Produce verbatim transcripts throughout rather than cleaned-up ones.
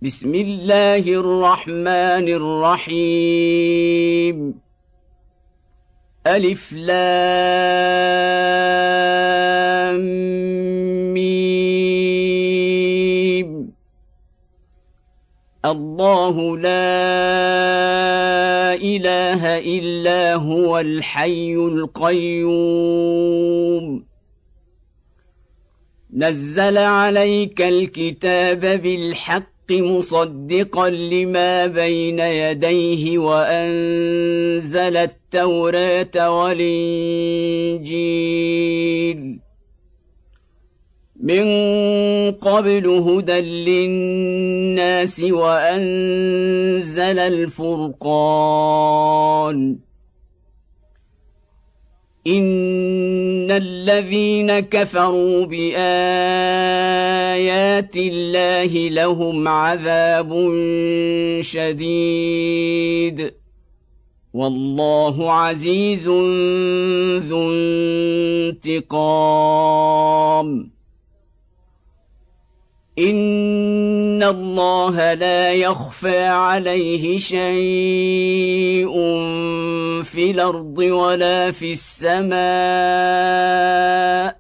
بسم الله الرحمن الرحيم ألف لام ميم الله لا إله إلا هو الحي القيوم نزل عليك الكتاب بالحق مصدقا لما بين يديه وأنزل التوراة والإنجيل من قبل هدى للناس وأنزل الفرقان إن الذين كفروا بآيات الله لهم عذاب شديد والله عزيز ذو انتقام إن الله لا يخفى عليه شيء في الأرض ولا في السماء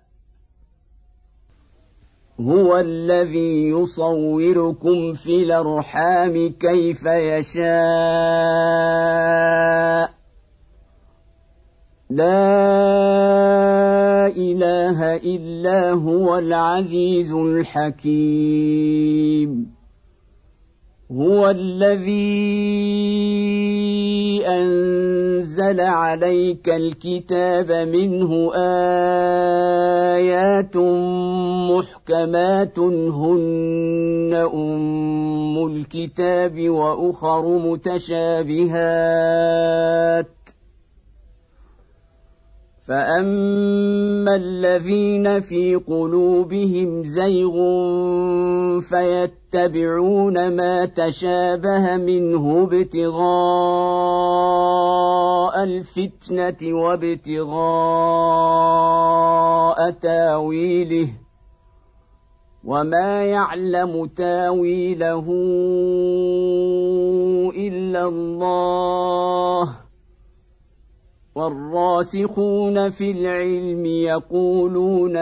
هو الذي يصوركم في الأرحام كيف يشاء لا إله إلا هو العزيز الحكيم هو الذي أنزل عليك الكتاب منه آيات محكمات هن أم الكتاب وأخر متشابهات فأما الذين في قلوبهم زيغ فيتبعون ما تشابه منه ابتغاء الفتنة وابتغاء تاويله وما يعلم تاويله إلا الله والراسخون في العلم يقولون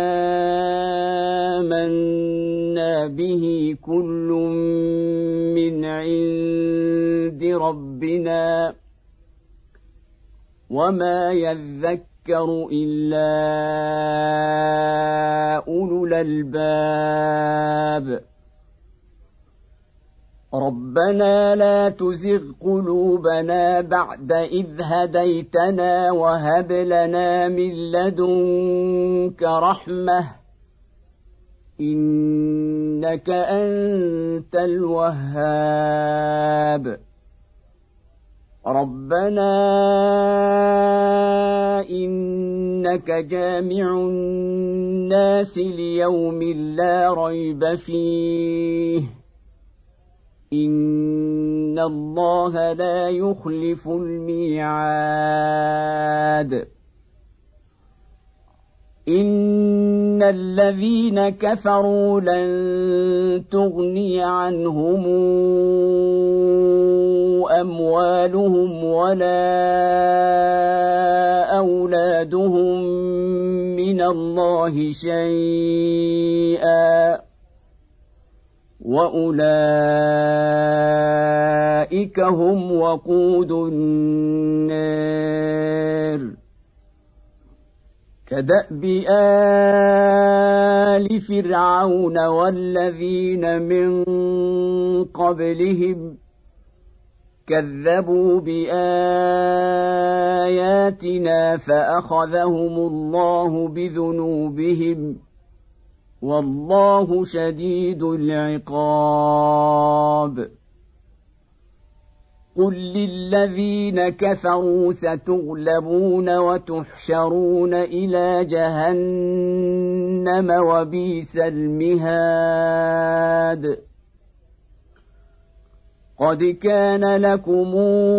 آمنا به كل من عند ربنا وما يذكر إلا أولو الألباب ربنا لا تزغ قلوبنا بعد إذ هديتنا وهب لنا من لدنك رحمة إنك أنت الوهاب ربنا إنك جامع الناس ليوم لا ريب فيه إن الله لا يخلف الميعاد إن الذين كفروا لن تغني عنهم أموالهم ولا أولادهم من الله شيئا وأولئك هم وقود النار كدأب آل فرعون والذين من قبلهم كذبوا بآياتنا فأخذهم الله بذنوبهم والله شديد العقاب قل للذين كفروا ستغلبون وتحشرون إلى جهنم وبئس المهاد قد كان لكم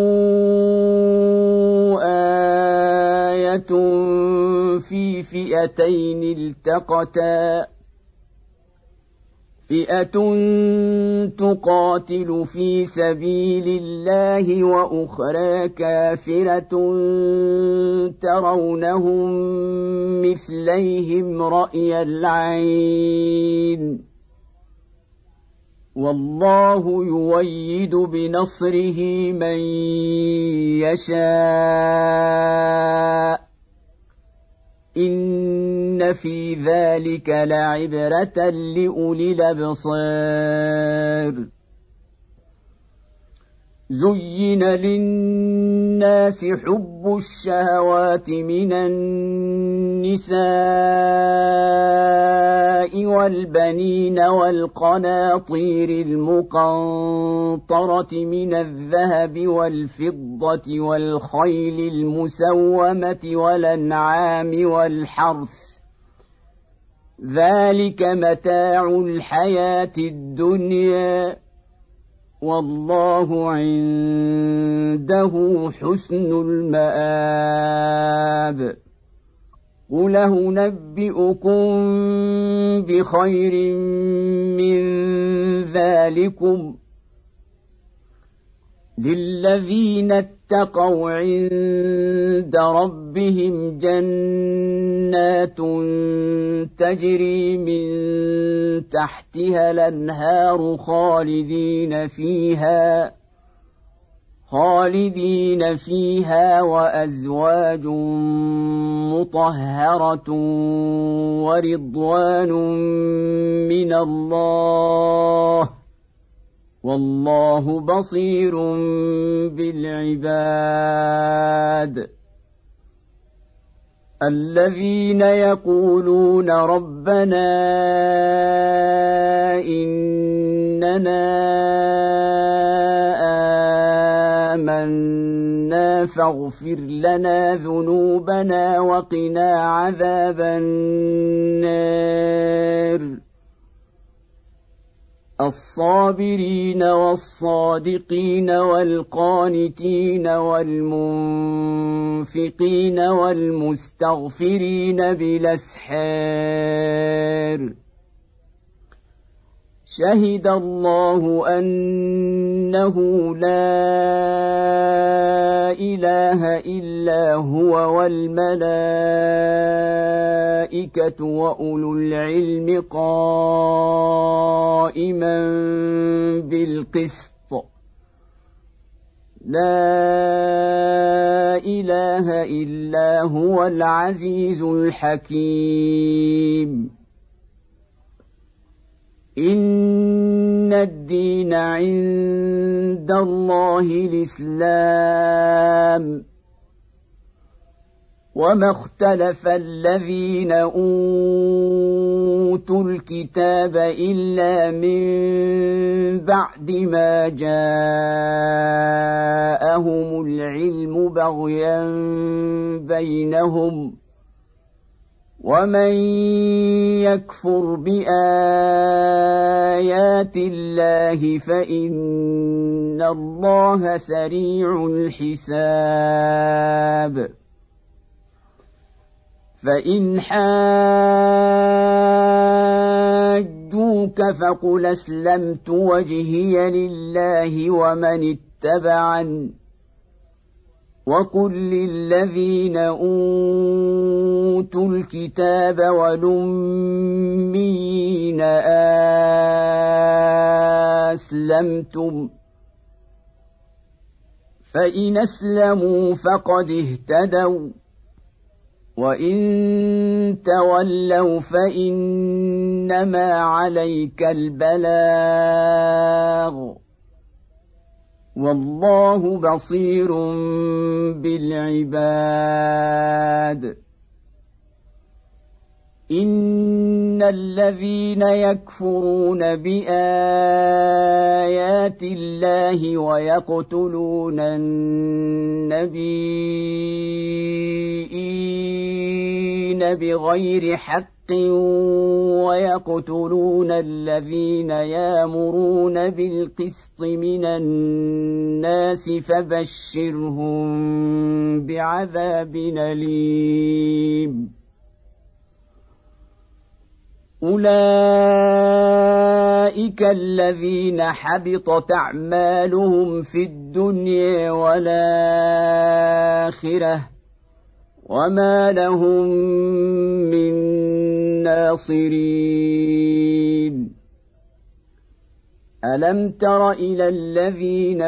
آية في فئتين التقتا فئة تقاتل في سبيل الله وأخرى كافرة ترونهم مثليهم رأي العين والله يؤيد بنصره من يشاء إن في ذلك لعبرة لأولي الأبصار زين للناس حب الشهوات من النساء والبنين والقناطير المقنطرة من الذهب والفضة والخيل المسومة والأنعام والحرث ذلك متاع الحياة الدنيا والله عنده حسن المآب قل أنبئكم بخير من ذلكم للذين اتقوا عند ربهم جنات تجري من تحتها الأنهار خالدين فيها خالدين فيها وأزواج مطهرة ورضوان من الله والله بصير بالعباد الذين يقولون ربنا إننا آمنا فاغفر لنا ذنوبنا وقنا عذاب النار الصابرين والصادقين والقانتين والمنفقين والمستغفرين بالأسحار شهد الله أنه لا إله إلا هو والملائكة وأولو العلم قائما بالقسط لا إله إلا هو العزيز الحكيم إن الدين عند الله الإسلام وما اختلف الذين أوتوا الكتاب إلا من بعد ما جاءهم العلم بغيا بينهم ومن يكفر بآيات الله فإن الله سريع الحساب فإن حاجوك فقل أسلمت وجهي لله ومن اتبعني وقل للذين أوتوا الكتاب والأميين أسلمتم فإن أسلموا فقد اهتدوا وإن تولوا فإنما عليك البلاغ والله بصير بالعباد إن الذين يكفرون بآيات الله ويقتلون النبيين بغير حق ويقتلون الذين يأمرون بالقسط من الناس فبشرهم بعذاب أليم أولئك الذين حبطت أعمالهم في الدنيا والآخرة وما لهم من ناصرين ألم تر إلى الذين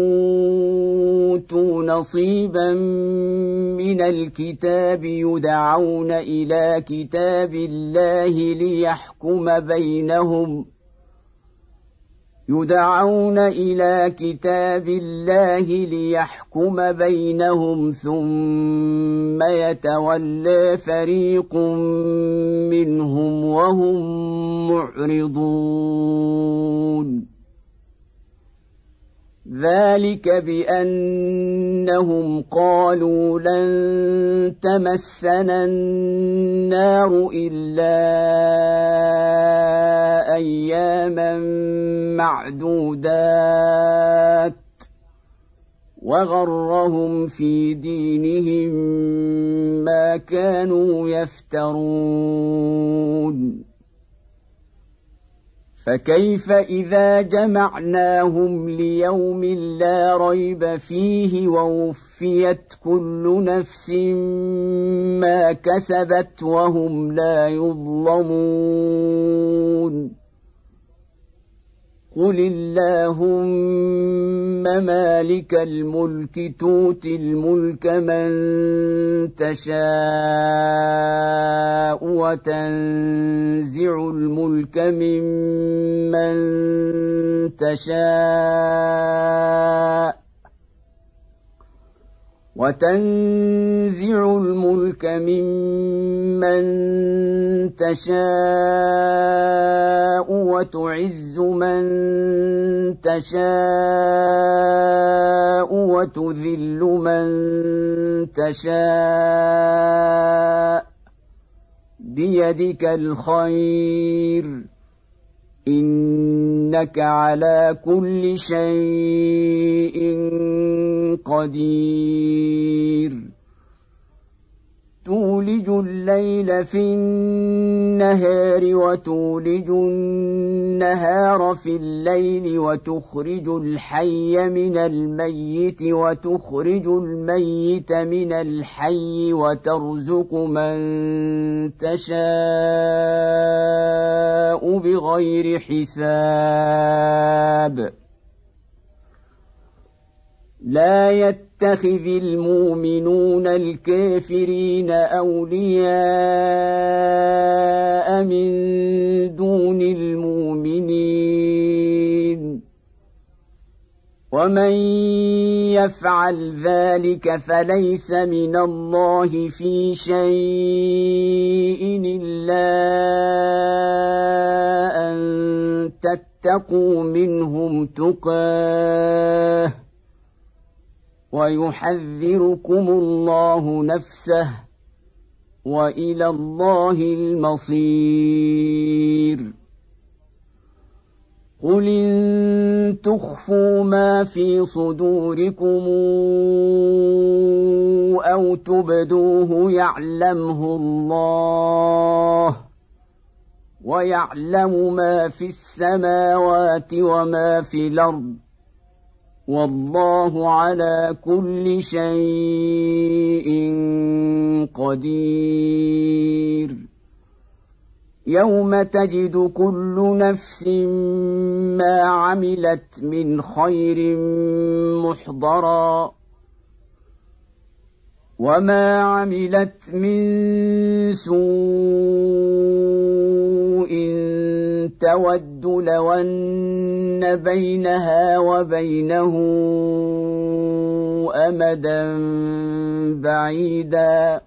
أوتوا نصيبا من الكتاب يدعون إلى كتاب الله ليحكم بينهم يدعون إلى كتاب الله ليحكم بينهم ثم يتولى فريق منهم وهم معرضون ذلك بأنهم قالوا لن تمسنا النار إلا أياما معدودات وغرهم في دينهم ما كانوا يفترون فكيف إذا جمعناهم ليوم لا ريب فيه ووفيت كل نفس ما كسبت وهم لا يظلمون قل اللهم مالك الملك تؤتي الملك من تشاء وتنزع الملك ممن تشاء وتنزع الملك ممن تشاء وتعز من تشاء وتذل من تشاء بيدك الخير إنك على كل شيء قدير تولج الليل في النهار وتولج النهار في الليل وتخرج الحي من الميت وتخرج الميت من الحي وترزق من تشاء بغير حساب لا يتخذ المؤمنون الكافرين أولياء من دون المؤمنين ومن يفعل ذلك فليس من الله في شيء إلا أن تتقوا منهم تقاه ويحذركم الله نفسه وإلى الله المصير قل إن تخفوا ما في صدوركم أو تبدوه يعلمه الله ويعلم ما في السماوات وما في الأرض والله على كل شيء قدير يوم تجد كل نفس ما عملت من خير محضرا وما عملت من سوء تود لو أن بينها وبينه أمدا بعيدا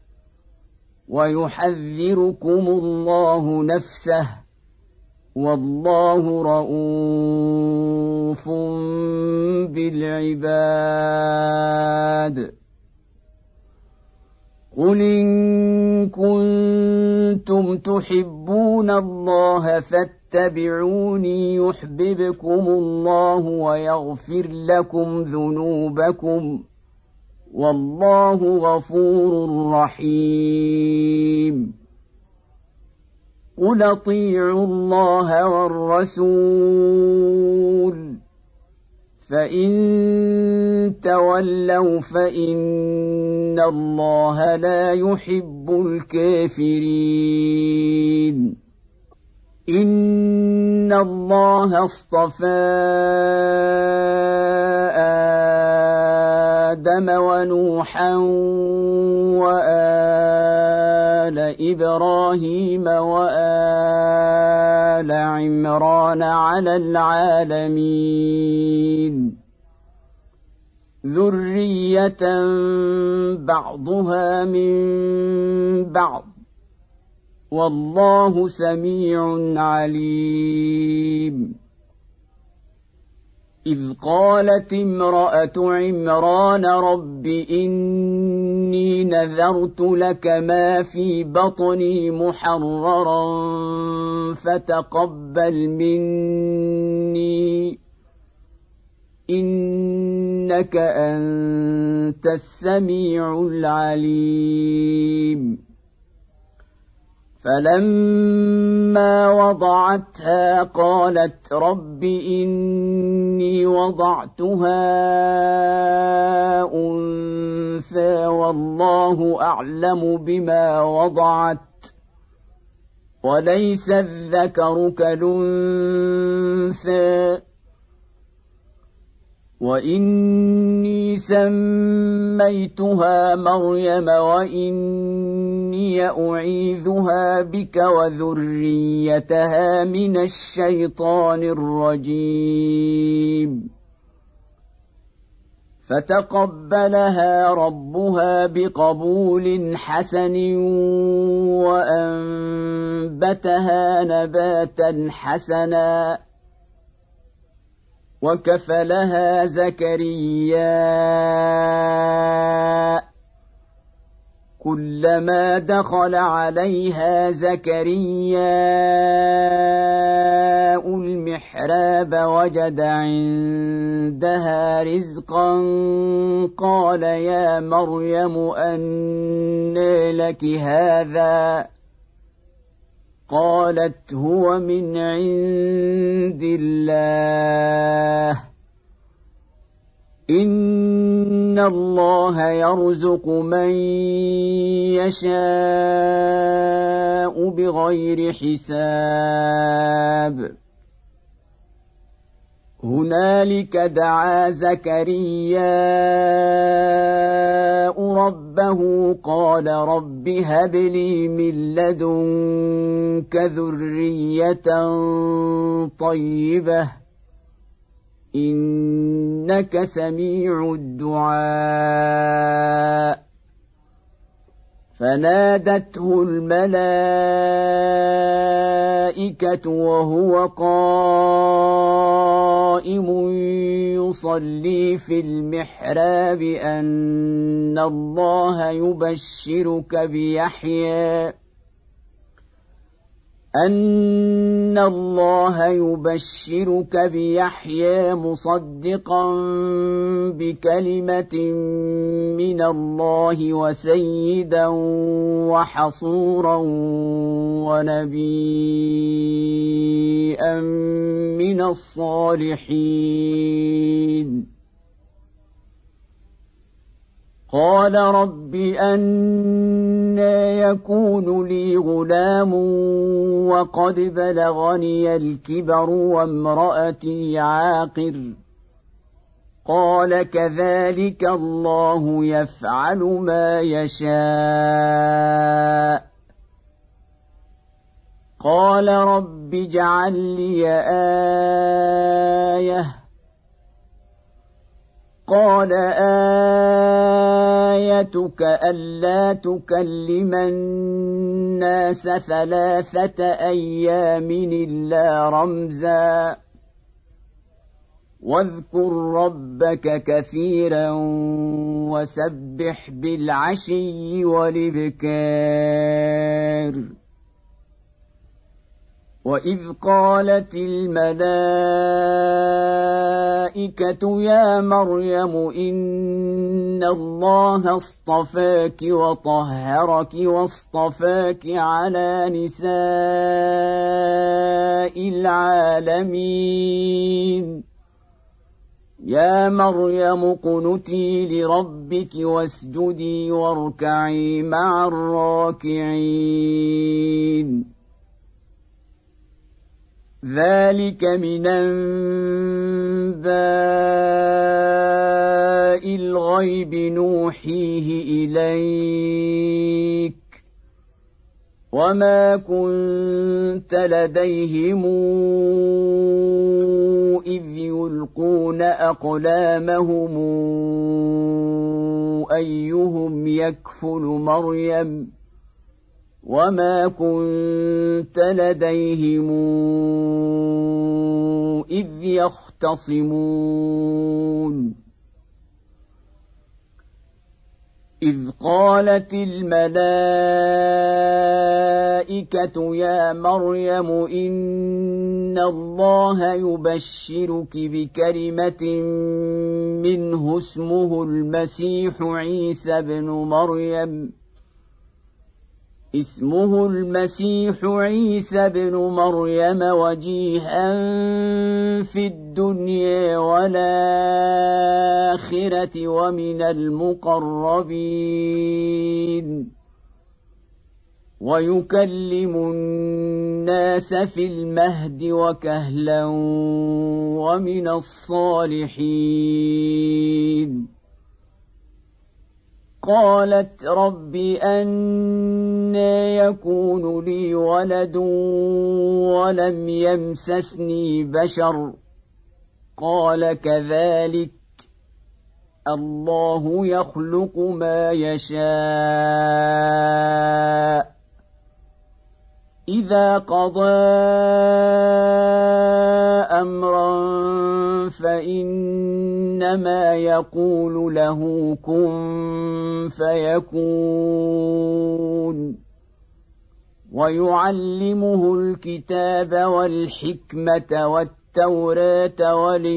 ويحذركم الله نفسه والله رءوف بالعباد قل إن كنتم تحبون الله فاتبعوني يحببكم الله ويغفر لكم ذنوبكم والله غفور رحيم قل اطيعوا الله والرسول فإن تولوا فإن الله لا يحب الكافرين إن الله اصطفى آدم ونوحا وآل إبراهيم وآل عمران على العالمين ذرية بعضها من بعض والله سميع عليم إذ قالت امرأة عمران رب إني نذرت لك ما في بطني محررا فتقبل مني إنك أنت السميع العليم فلما وضعتها قالت رب إني وضعتها أنثى والله أعلم بما وضعت وليس الذكر كالأنثى وإني سميتها مريم وإني أعيذها بك وذريتها من الشيطان الرجيم فتقبلها ربها بقبول حسن وأنبتها نباتا حسنا وكفلها زكريا كلما دخل عليها زكريا المحراب وجد عندها رزقا قال يا مريم أنى لك هذا قالت هو من عند الله إن الله يرزق من يشاء بغير حساب هنالك دعا زكرياء ربه قال رب هب لي من لدنك ذرية طيبة إنك سميع الدعاء فنادته الملائكة وهو قائم يصلي في المحراب أن الله يبشرك بيحيى أن الله يبشرك بيحيى مصدقا بكلمة من الله وسيدا وحصورا ونبيا من الصالحين قال رب أنى يكون لي غلام وقد بلغني الكبر وامرأتي عاقر قال كذلك الله يفعل ما يشاء قال رب اجعل لي آية قال آيتك ألا تكلم الناس ثلاثة أيام إلا رمزا واذكر ربك كثيرا وسبح بالعشي والإبكار وإذ قالت الملائكة الملائكة يا مريم إن الله اصطفاك وطهرك واصطفاك على نساء العالمين يا مريم اقنتي لربك واسجدي واركعي مع الراكعين ذلك من أنباء الغيب نوحيه إليك وما كنت لديهم إذ يلقون أقلامهم أيهم يكفل مريم وما كنت لديهم إذ يختصمون إذ قالت الملائكة يا مريم إن الله يبشرك بكلمة منه اسمه المسيح عيسى بن مريم اسمه المسيح عيسى بن مريم وجيها في الدنيا والآخرة ومن المقربين ويكلم الناس في المهد وكهلا ومن الصالحين قالت رب أنى يكون لي ولد ولم يمسسني بشر قال كذلك الله يخلق ما يشاء إذا قضى أمرا فإنما يقول له كن فيكون ويعلمه الكتاب والحكمة والتوراة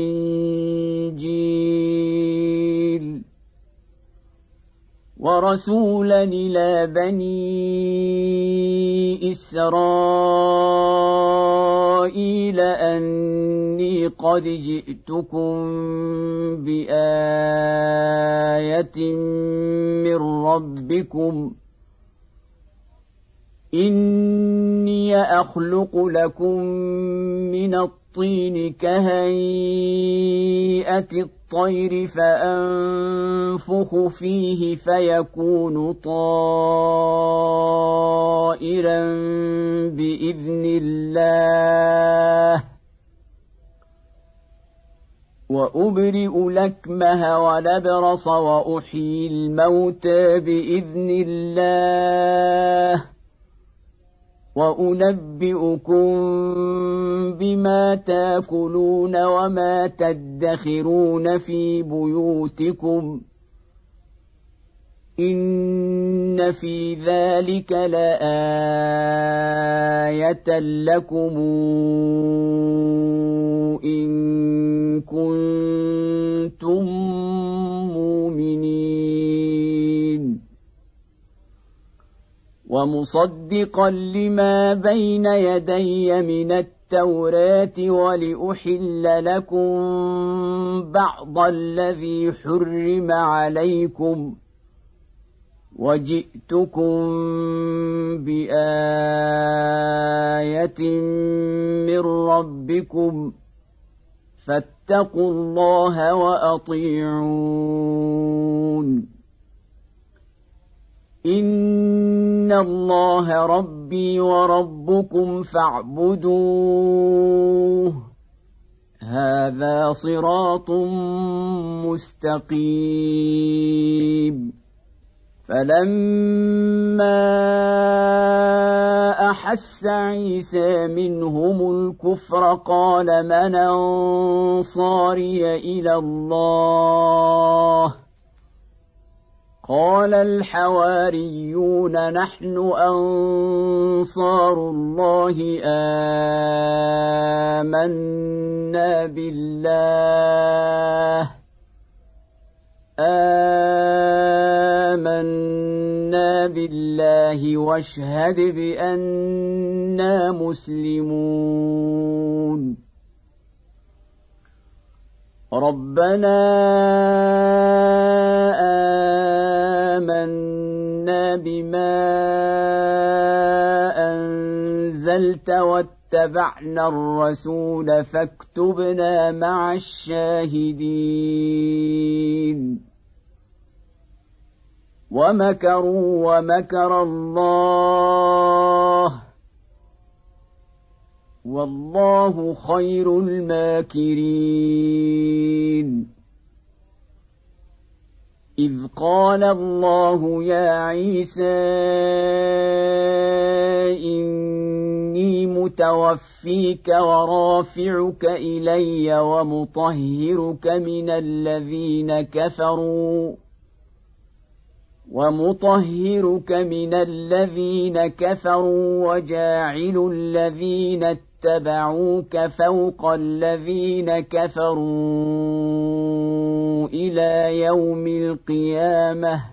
والإنجيل ورسولا إلى بني إسرائيل أني قد جئتكم بآية من ربكم إني أخلق لكم من الطين كهيئة الطير فأنفخ فيه فيكون طائرا بإذن الله وأبرئ الأكمه والأبرص وأحيي الموتى بإذن الله وأنبئكم بما تاكلون وما تدخرون في بيوتكم إن في ذلك لآية لكم إن كنتم مؤمنين ومصدقا لما بين يدي من التوراة ولأحل لكم بعض الذي حرم عليكم وجئتكم بآية من ربكم فاتقوا الله وأطيعون إن الله ربي وربكم فاعبدوه هذا صراط مستقيم فلما أحس عيسى منهم الكفر قال من أنصاري إلى الله قال الحواريون نحن أنصار الله آمنا بالله آمنا بالله واشهد بأننا مسلمون ربنا آمنا بما أنزلت واتبعنا الرسول فاكتبنا مع الشاهدين ومكروا ومكر الله والله خير الماكرين إذ قال الله يا عيسى إني متوفيك ورافعك إلي ومطهرك من الذين كفروا ومطهرك من الذين كفروا وجاعل الذين اتبعوك فوق الذين كفروا إلى يوم القيامة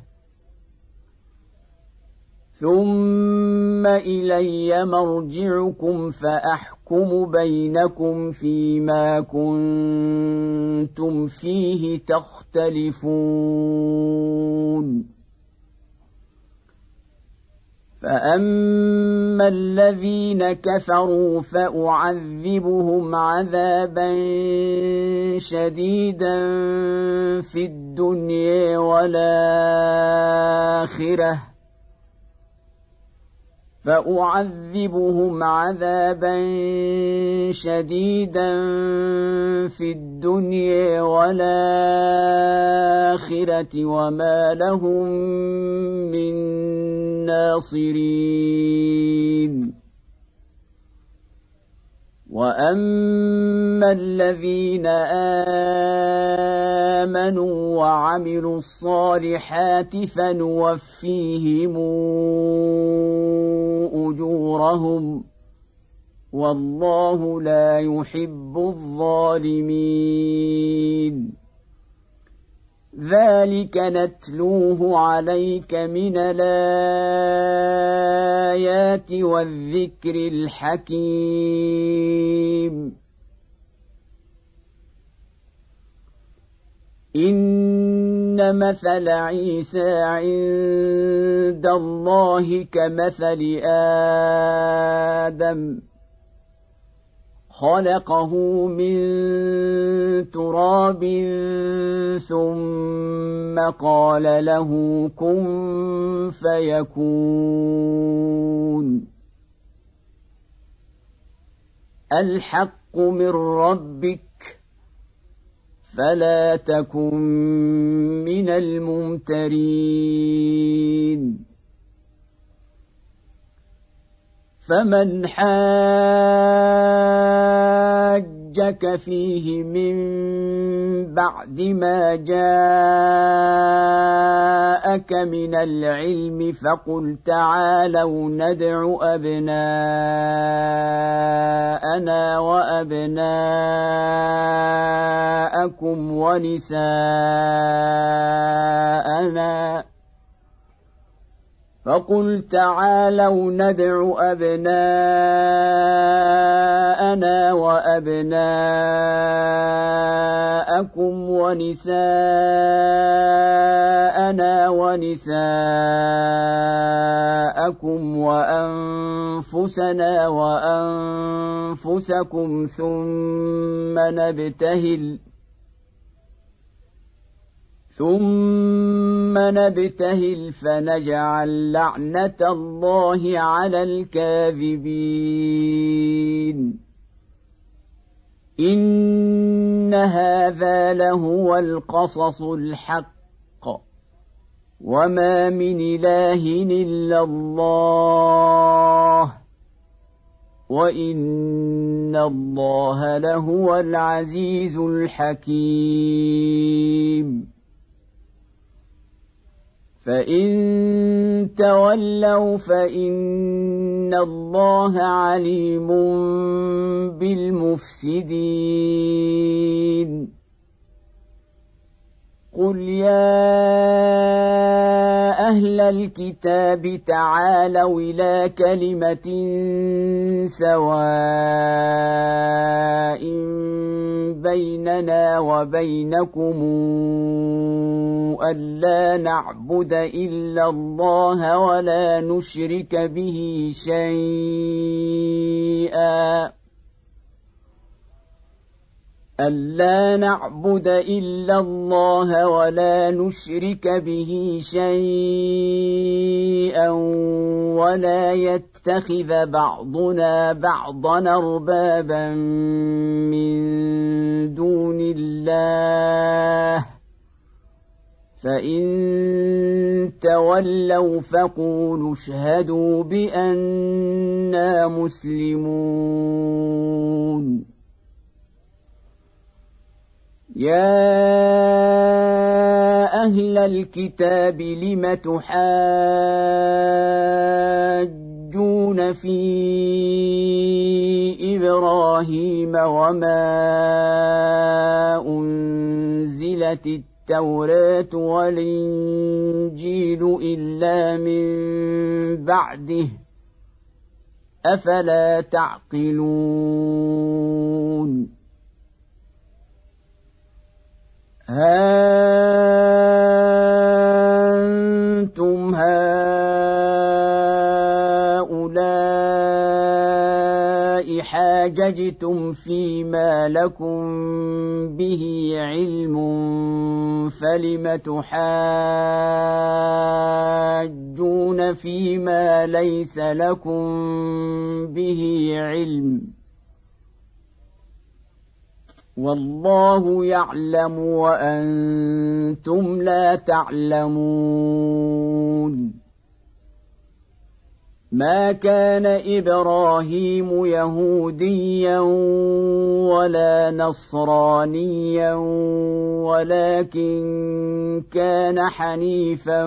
ثم إلي مرجعكم فأحكم بينكم فيما كنتم فيه تختلفون فأما الذين كفروا فأعذبهم عذابا شديدا في الدنيا والآخرة فأعذبهم عذابا شديدا في الدنيا والآخرة وما لهم من ناصرين وأما الذين آمنوا وعملوا الصالحات فنوفيهم أجورهم والله لا يحب الظالمين ذلك نتلوه عليك من الآيات والذكر الحكيم إن مثل عيسى عند الله كمثل آدم خلقه من تراب ثم قال له كن فيكون الحق من ربك فلا تكن من الممترين فمن حاجك فيه من بعد ما جاءك من العلم فقل تعالوا ندع أبناءنا وأبناءكم ونساءنا فقل تعالوا ندع أبناءنا وأبناءكم ونساءنا ونساءكم وأنفسنا وأنفسكم ثم نبتهل ثم نبتهل فنجعل لعنة الله على الكاذبين إن هذا لهو القصص الحق وما من إله إلا الله وإن الله لهو العزيز الحكيم فإن تولوا فإن الله عليم بالمفسدين قل يا أهل الكتاب تعالوا إلى كلمة سواء بيننا وبينكم ألا نعبد إلا الله ولا نشرك به شيئا ألا نعبد إلا الله ولا نشرك به شيئا ولا يتخذ بعضنا بعضا أربابا من دون الله فإن تولوا فقولوا اشهدوا بأننا مسلمون يا أهل الكتاب لم تحاجون في إبراهيم وما أنزلت التوراة والإنجيل إلا من بعده أفلا تعقلون ها أنتم هؤلاء حاججتم فيما لكم به علم فلم تحاجون فيما ليس لكم به علم والله يعلم وأنتم لا تعلمون ما كان إبراهيم يهوديا ولا نصرانيا ولكن كان حنيفا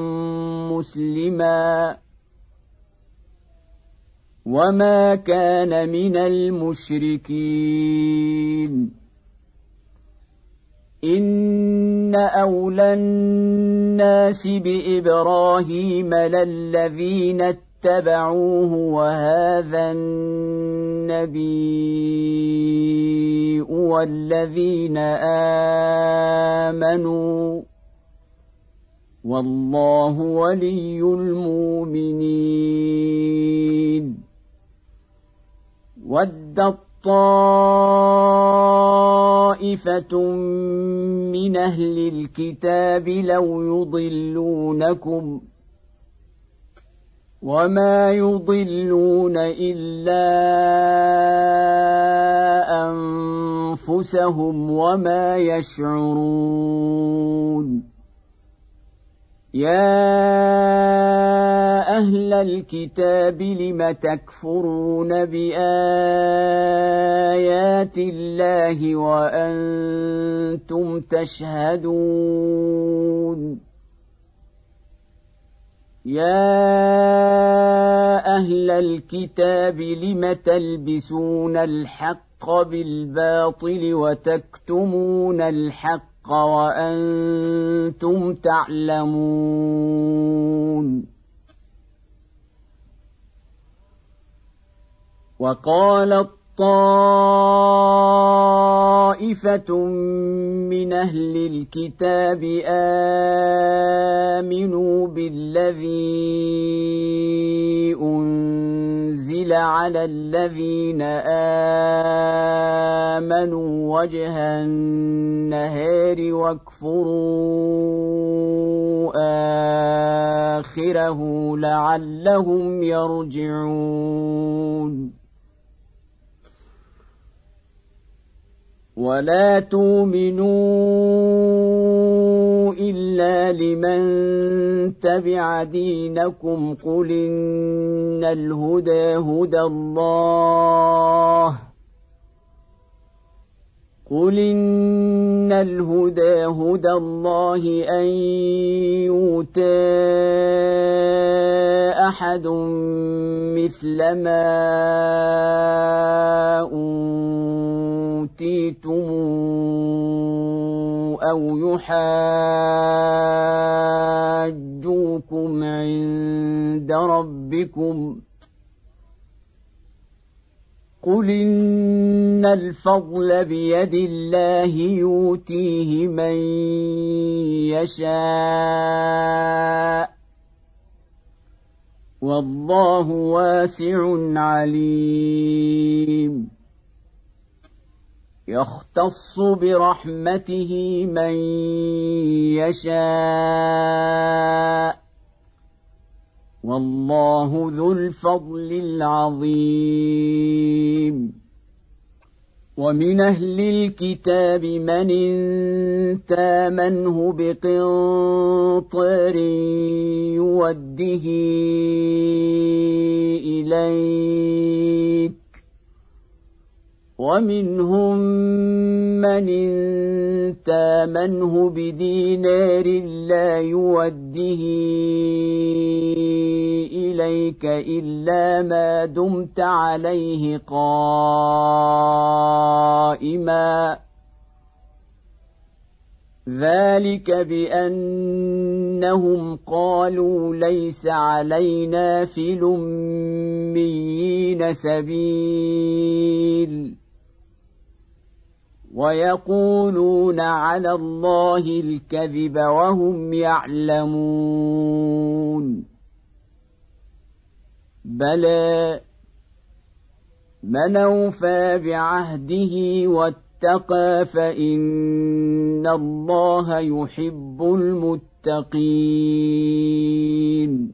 مسلما وما كان من المشركين إن أولى الناس بإبراهيم للذين اتبعوه وهذا النبي والذين آمنوا والله ولي المؤمنين ودت طائفة من أهل الكتاب لو يضلونكم وما يضلون إلا أنفسهم وما يشعرون يا أهل الكتاب لم تكفرون بآيات الله وأنتم تشهدون يا أهل الكتاب لم تلبسون الحق بالباطل وتكتمون الحق وأنتم تعلمون وقالت طائفة من أهل الكتاب آمنوا بالذي أنزل على الذين آمنوا وجه النهار واكفروا آخره لعلهم يرجعون ولا تؤمنوا إلا لمن تبع دينكم قل إن الهدى هدى الله قل إن الهدى هدى الله أن يؤتى أحد مثل ما أوتيتم أو يحاجوكم عند ربكم قل إن الفضل بيد الله يؤتيه من يشاء والله واسع عليم يختص برحمته من يشاء والله ذو الفضل العظيم ومن أهل الكتاب من إن تامنه بقنطار يوده إليك ومنهم من إن تامنه بدينار لا يوده إليك إلا ما دمت عليه قائما ذلك بأنهم قالوا ليس علينا في الأميين سبيل ويقولون على الله الكذب وهم يعلمون بلى من أوفى بعهده واتقى فإن الله يحب المتقين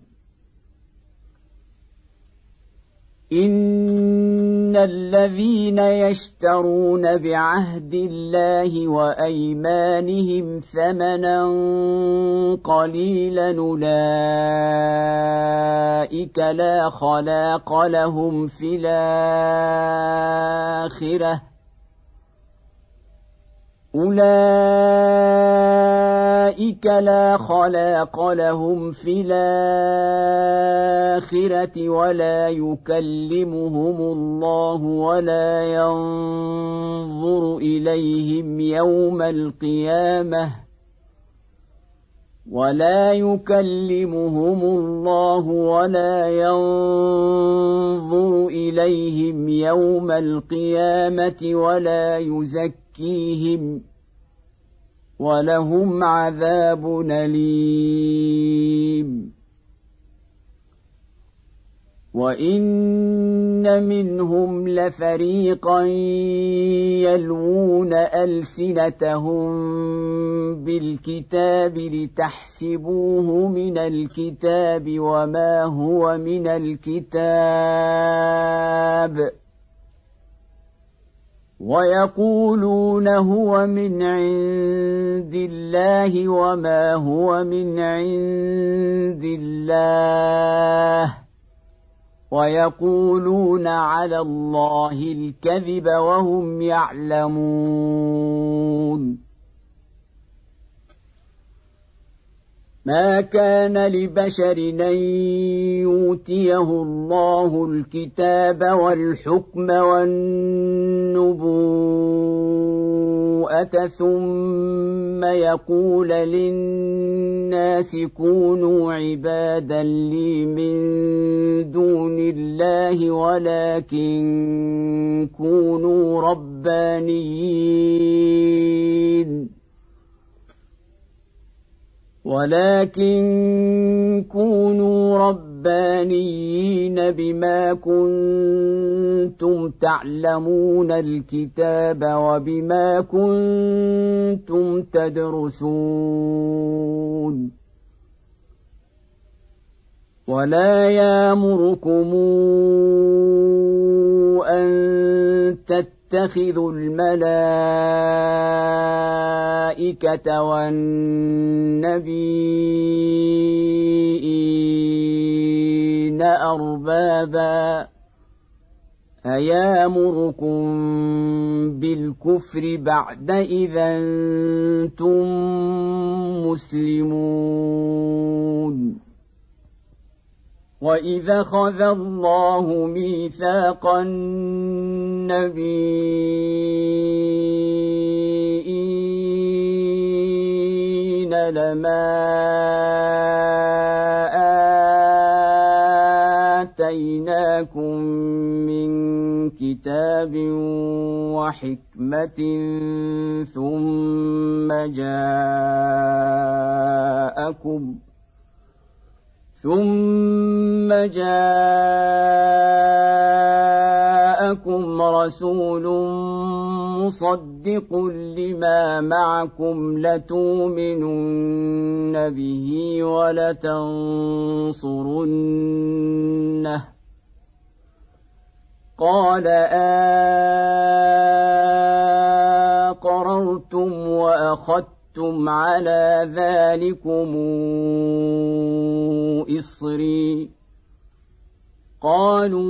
إن الذين يشترون بعهد الله وأيمانهم ثمنا قليلا أولئك لا خلاق لهم في الآخرة أولئك لا خلاق لهم في الآخرة ولا يكلمهم الله ولا ينظر إليهم يوم القيامة ولا يكلمهم الله ولا ينظر إليهم يوم القيامة ولا يزكيهم ولهم عذاب أليم وإن منهم لفريقا يلوون ألسنتهم بالكتاب لتحسبوه من الكتاب وما هو من الكتاب ويقولون هو من عند الله وما هو من عند الله ويقولون على الله الكذب وهم يعلمون ما كان لبشر أن يؤتيه الله الكتاب والحكم والنبوءة ثم يقول للناس كونوا عبادا لي من دون الله ولكن كونوا ربانيين ولكن كونوا ربانيين بما كنتم تعلمون الكتاب وبما كنتم تدرسون ولا يأمركم أن تتخذوا الملائكة والنبيين أربابا أيامركم بالكفر بعد إذا أنتم مسلمون وإذا خذ الله ميثاق النبيين لما آتيناكم من كتاب وحكمة ثم جاءكم ثم جاءكم رسول مصدق لما معكم لتؤمنن به ولتنصرنه قال أقررتم وأخذتم على ذلكم إصري قالوا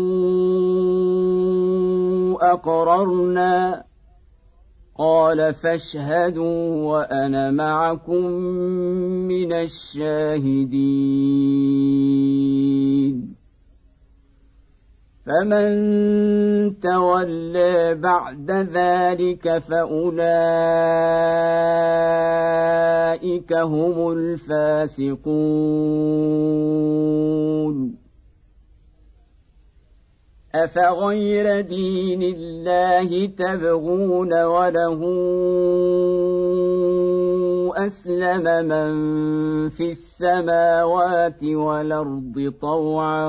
أقررنا قال فاشهدوا وأنا معكم من الشاهدين فمن تولى بعد ذلك فأولئك هم الفاسقون أفغير دين الله تبغون وله أسلم من في السماوات والأرض طوعا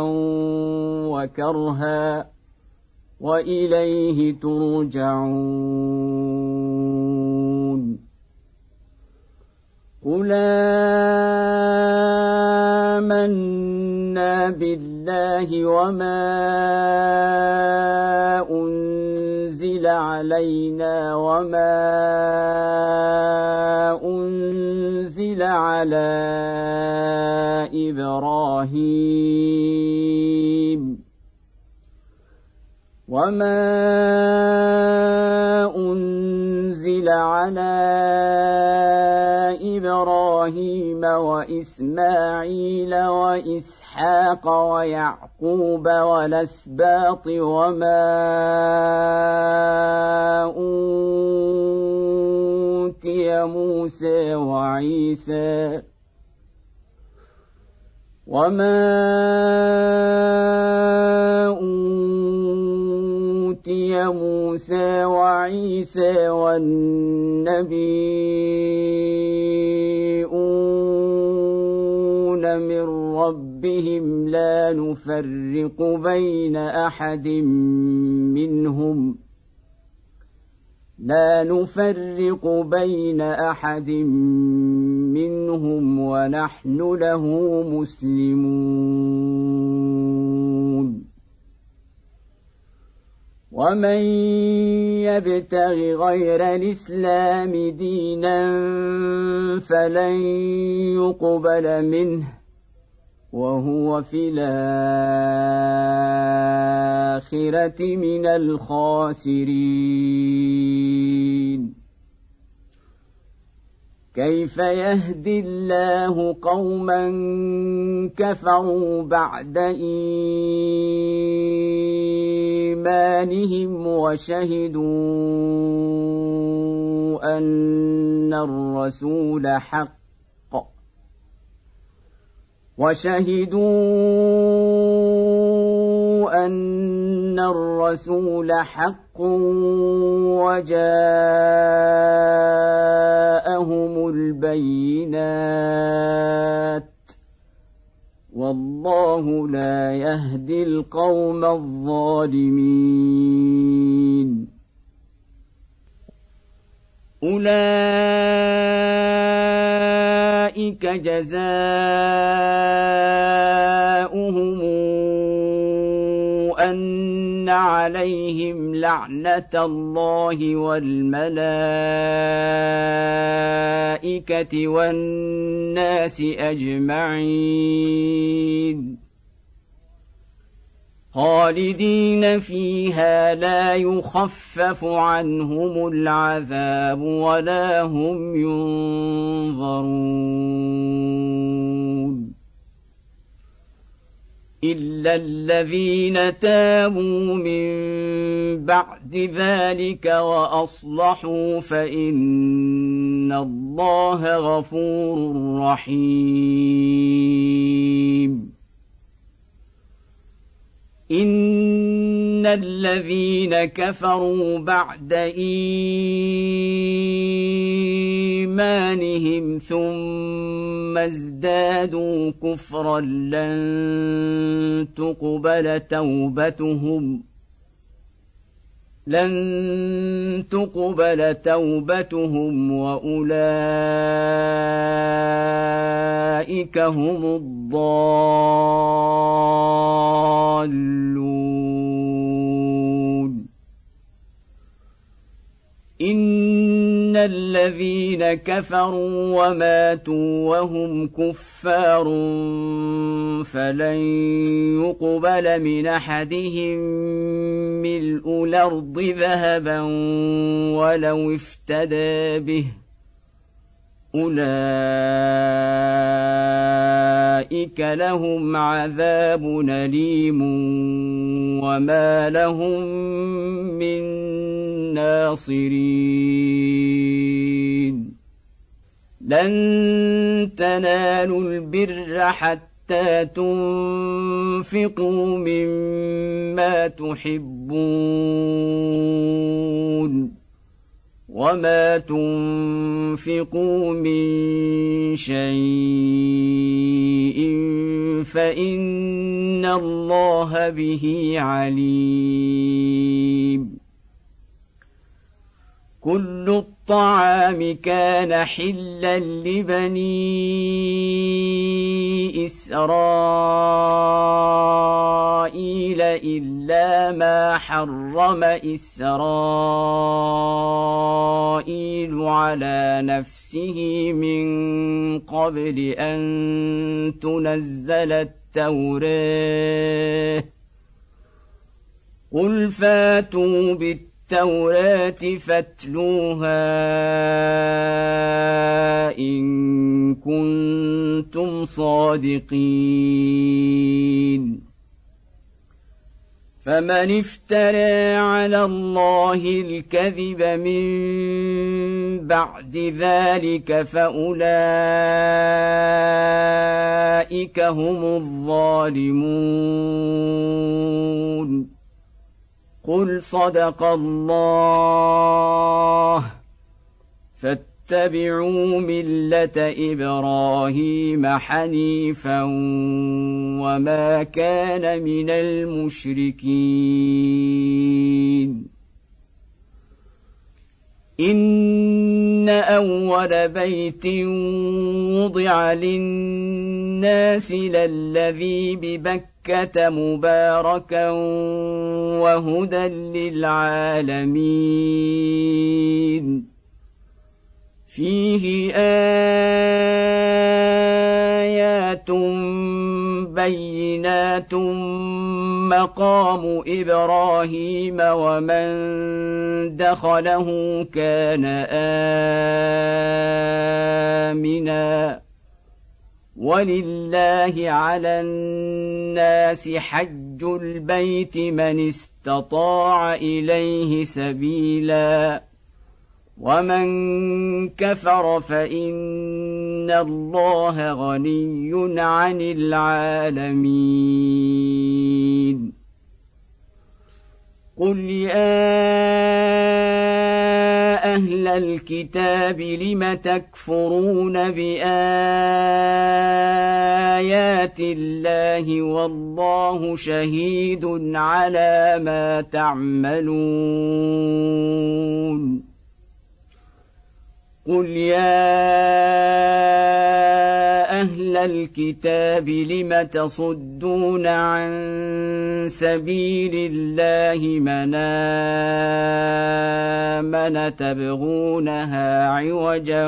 وكرها وإليه ترجعون قل آمنا بالله وما أنزل علينا وما أنزل على إبراهيم وما أنزل على إبراهيم وإسماعيل وإسحاق ويعقوب والأسباط وما أوتي موسى وعيسى وما أوتي موسى وعيسى والنبيون من ربهم لا نفرق بين أحد منهم لا نفرق بين أحد منهم ونحن له مسلمون ومن يبتغ غير الإسلام دينا فلن يقبل منه وهو في الآخرة من الخاسرين كيف يهدي الله قوما كفروا بعد إيمانهم وشهدوا أن الرسول حق وشهدوا أن الرسول حق وجاءهم البينات والله لا يهدي القوم الظالمين أولئك جزاؤهم أن عليهم لعنة الله والملائكة والناس أجمعين خالدين فيها لا يخفف عنهم العذاب ولا هم ينظرون إلا الذين تابوا من بعد ذلك وأصلحوا فإن الله غفور رحيم إن الذين كفروا بعد إيمانهم ثم ازدادوا كفرا لن تقبل توبتهم لن تقبل توبتهم وأولئك هم الضالون إن الذين كفروا وماتوا وهم كفار فلن يقبل من أحدهم ملء الأرض ذهبا ولو افتدى به أولئك لهم عذاب أليم وما لهم من ناصرين لن تنالوا البر حتى تنفقوا مما تحبون وما تنفقوا من شيء فإن الله به عليم كل الطعام كان حلا لبني إسرائيل إلا ما حرم إسرائيل على نفسه من قبل أن تنزل التوراة قل فاتوا بالتوراة التوراة فاتلوها إن كنتم صادقين فمن افترى على الله الكذب من بعد ذلك فأولئك هم الظالمون قل صدق الله فاتبعوا ملة إبراهيم حنيفا وما كان من المشركين إن أول بيت وضع للناس للذي ببكة مباركا وهدى للعالمين فيه آيات بينات مقام إبراهيم ومن دخله كان آمنا ولله على الناس حج البيت من استطاع إليه سبيلا ومن كفر فإن الله غني عن العالمين قل يا أهل الكتاب لم تكفرون بآيات الله والله شهيد على ما تعملون قل يا أهل الكتاب لم تصدون عن سبيل الله من آمن تبغونها عوجا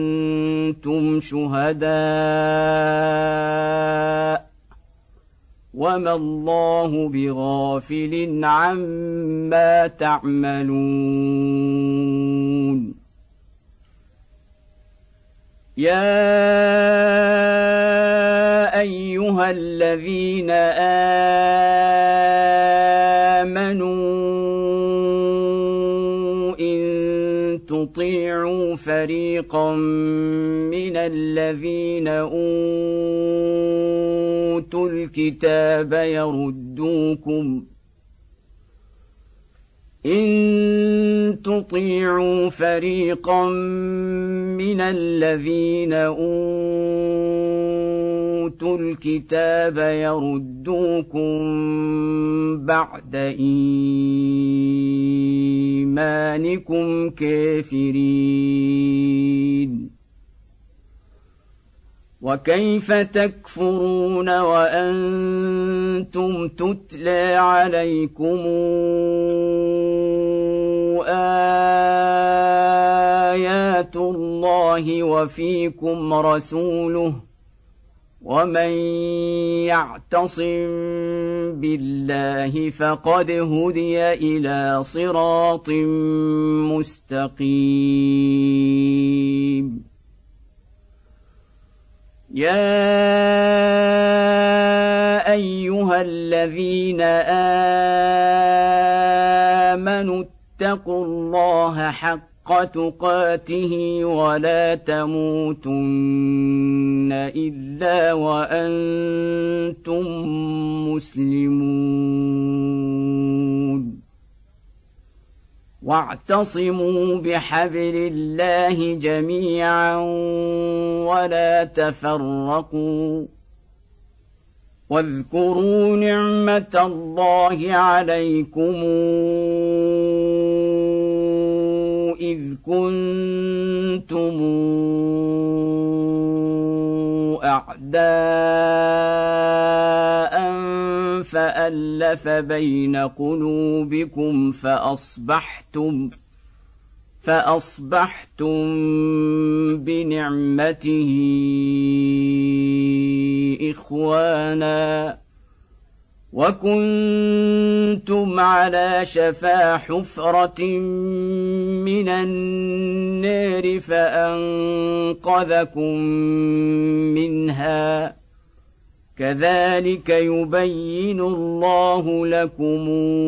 وأنتم شهداء وما الله بغافل عما تعملون يا أيها الذين آمنوا إن تطيعوا فريقا من الذين أوتوا الكتاب يردوكم إن تطيعوا فريقا من الذين أوتوا الكتاب يردوكم بعد إيمانكم كافرين وكيف تكفرون وأنتم تتلى عليكم آيات الله وفيكم رسوله ومن يعتصم بالله فقد هدي إلى صراط مستقيم يا أيها الذين آمنوا اتقوا الله حق تقاته ولا تموتن إلا وأنتم مسلمون واعتصموا بحبل الله جميعا ولا تفرقوا واذكروا نعمة الله عليكم إذ كنتم أعداء فألف بين قلوبكم فأصبحتم فأصبحتم بنعمته إخوانا وكنتم على شفا حفرة من النار فأنقذكم منها كذلك يبين الله لكم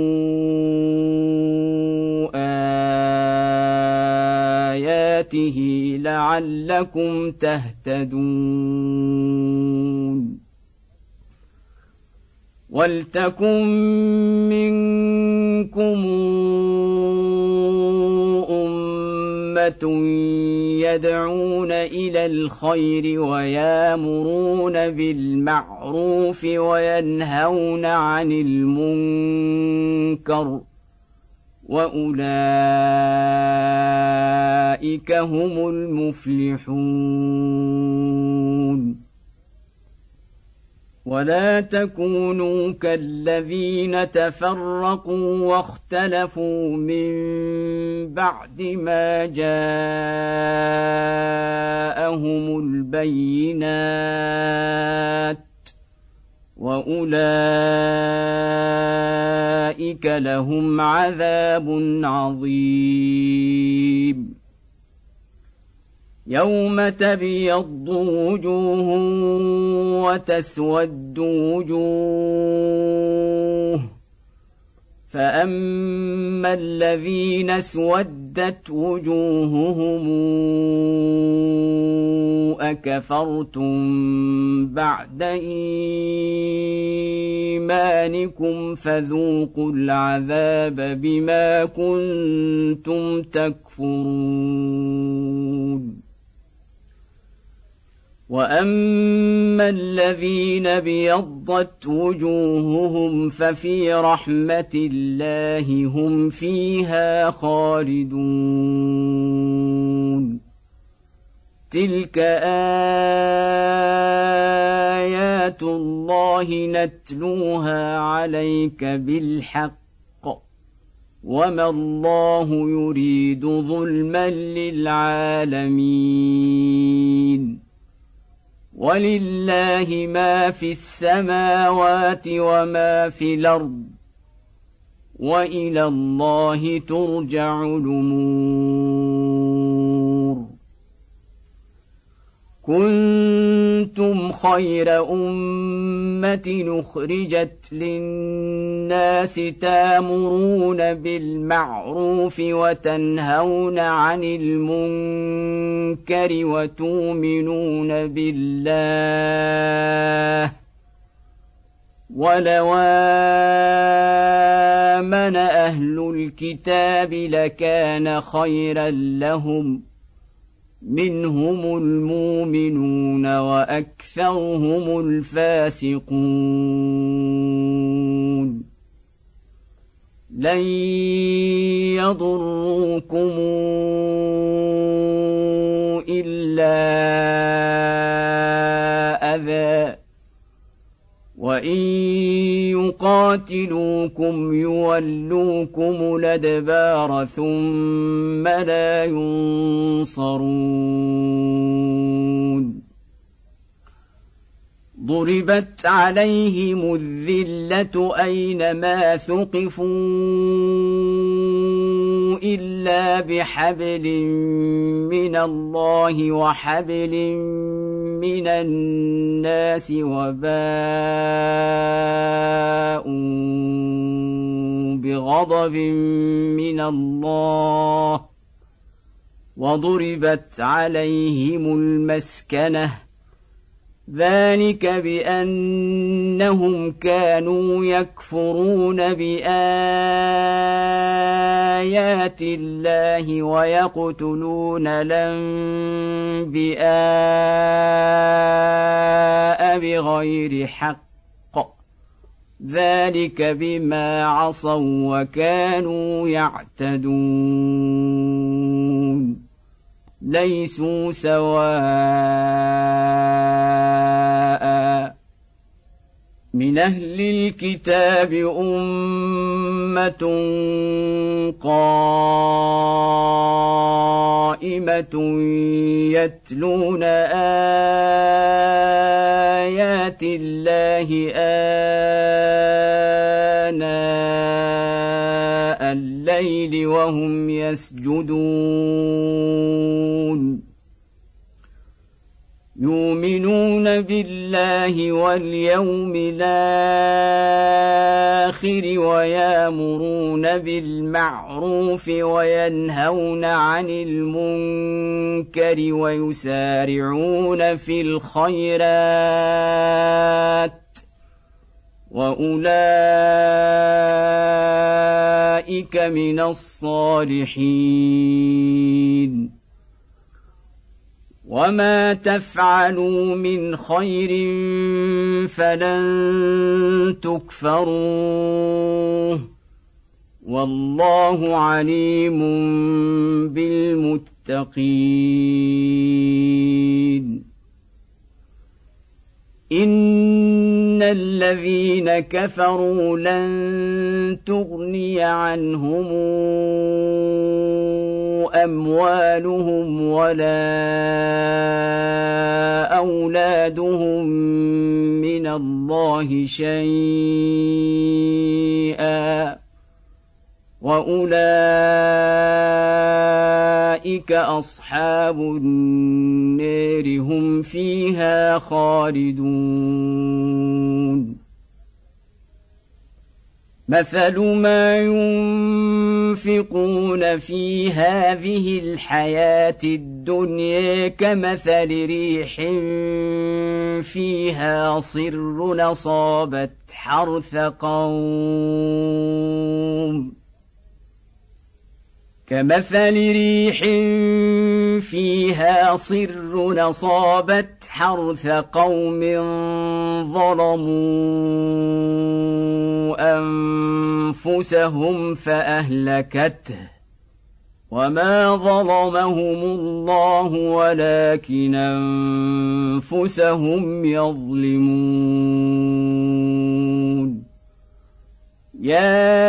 آياته لعلكم تهتدون ولتكن منكم أمة يدعون إلى الخير ويامرون بالمعروف وينهون عن المنكر وأولئك هم المفلحون ولا تكونوا كالذين تفرقوا واختلفوا من بعد ما جاءهم البينات وأولئك لهم عذاب عظيم يوم تبيض وجوه وتسود وجوه فأما الذين اسودت وجوههم أكفرتم بعد إيمانكم فذوقوا العذاب بما كنتم تكفرون وأما الذين بيضت وجوههم ففي رحمة الله هم فيها خالدون تلك آيات الله نتلوها عليك بالحق وما الله يريد ظلما للعالمين ولله ما في السماوات وما في الأرض وإلى الله ترجع الأمور. كنتم خير أمة أخرجت للناس تأمرون بالمعروف وتنهون عن المنكر وتؤمنون بالله ولو آمن أهل الكتاب لكان خيرا لهم منهم المؤمنون وأكثرهم الفاسقون. لن يضروكم إلا أذى وإن يقاتلوكم يولوكم الأدبار ثم لا ينصرون. ضربت عليهم الذلة أينما ثقفوا إلا بحبل من الله وحبل من الناس وباءوا بغضب من الله وضربت عليهم المسكنة ذلك بأنهم كانوا يكفرون بآيات الله ويقتلون الأنبياء بغير حق ذلك بما عصوا وكانوا يعتدون. ليسوا سواء من أهل الكتاب أمة قائمة يتلون آيات الله آناء الليل وهم يسجدون يؤمنون بالله واليوم الآخر ويأمرون بالمعروف وينهون عن المنكر ويسارعون في الخيرات وأولئك من الصالحين. وما تفعلوا من خير فلن تكفروه والله عليم بالمتقين. إن الذين كفروا لن تغني عنهم أموالهم ولا أولادهم من الله شيئا وأولئك أصحاب النار هم فيها خالدون. مثل ما ينفقون في هذه الحياة الدنيا كمثل ريح فيها صر أصابت حرث قوم كمثل ريح فيها صر أصابت حرث قوم ظلموا أنفسهم فأهلكته وما ظلمهم الله ولكن أنفسهم يظلمون. يا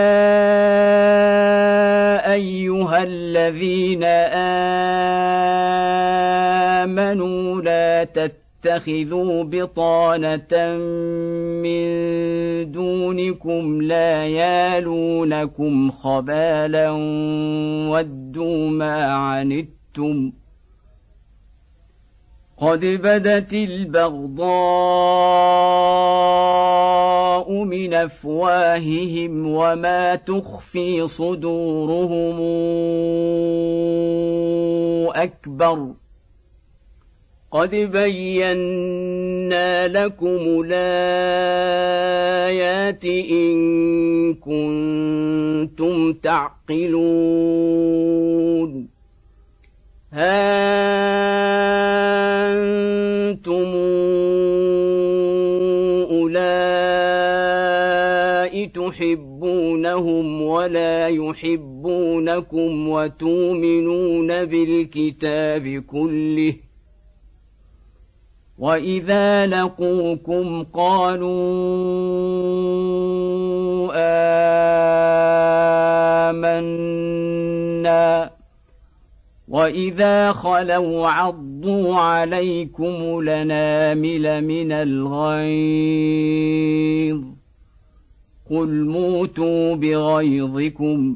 أيها الذين آمنوا لا تتبعوا تتخذوا بطانة من دونكم لا يالونكم خبالا ودوا ما عنتم قد بدت البغضاء من أفواههم وما تخفي صدورهم أكبر قد بينا لكم الآيات إن كنتم تعقلون ها أنتم أولئك تحبونهم ولا يحبونكم وتؤمنون بالكتاب كله وإذا لقوكم قالوا آمنا وإذا خلوا عضوا عليكم الأنامل من الغيظ قل موتوا بغيظكم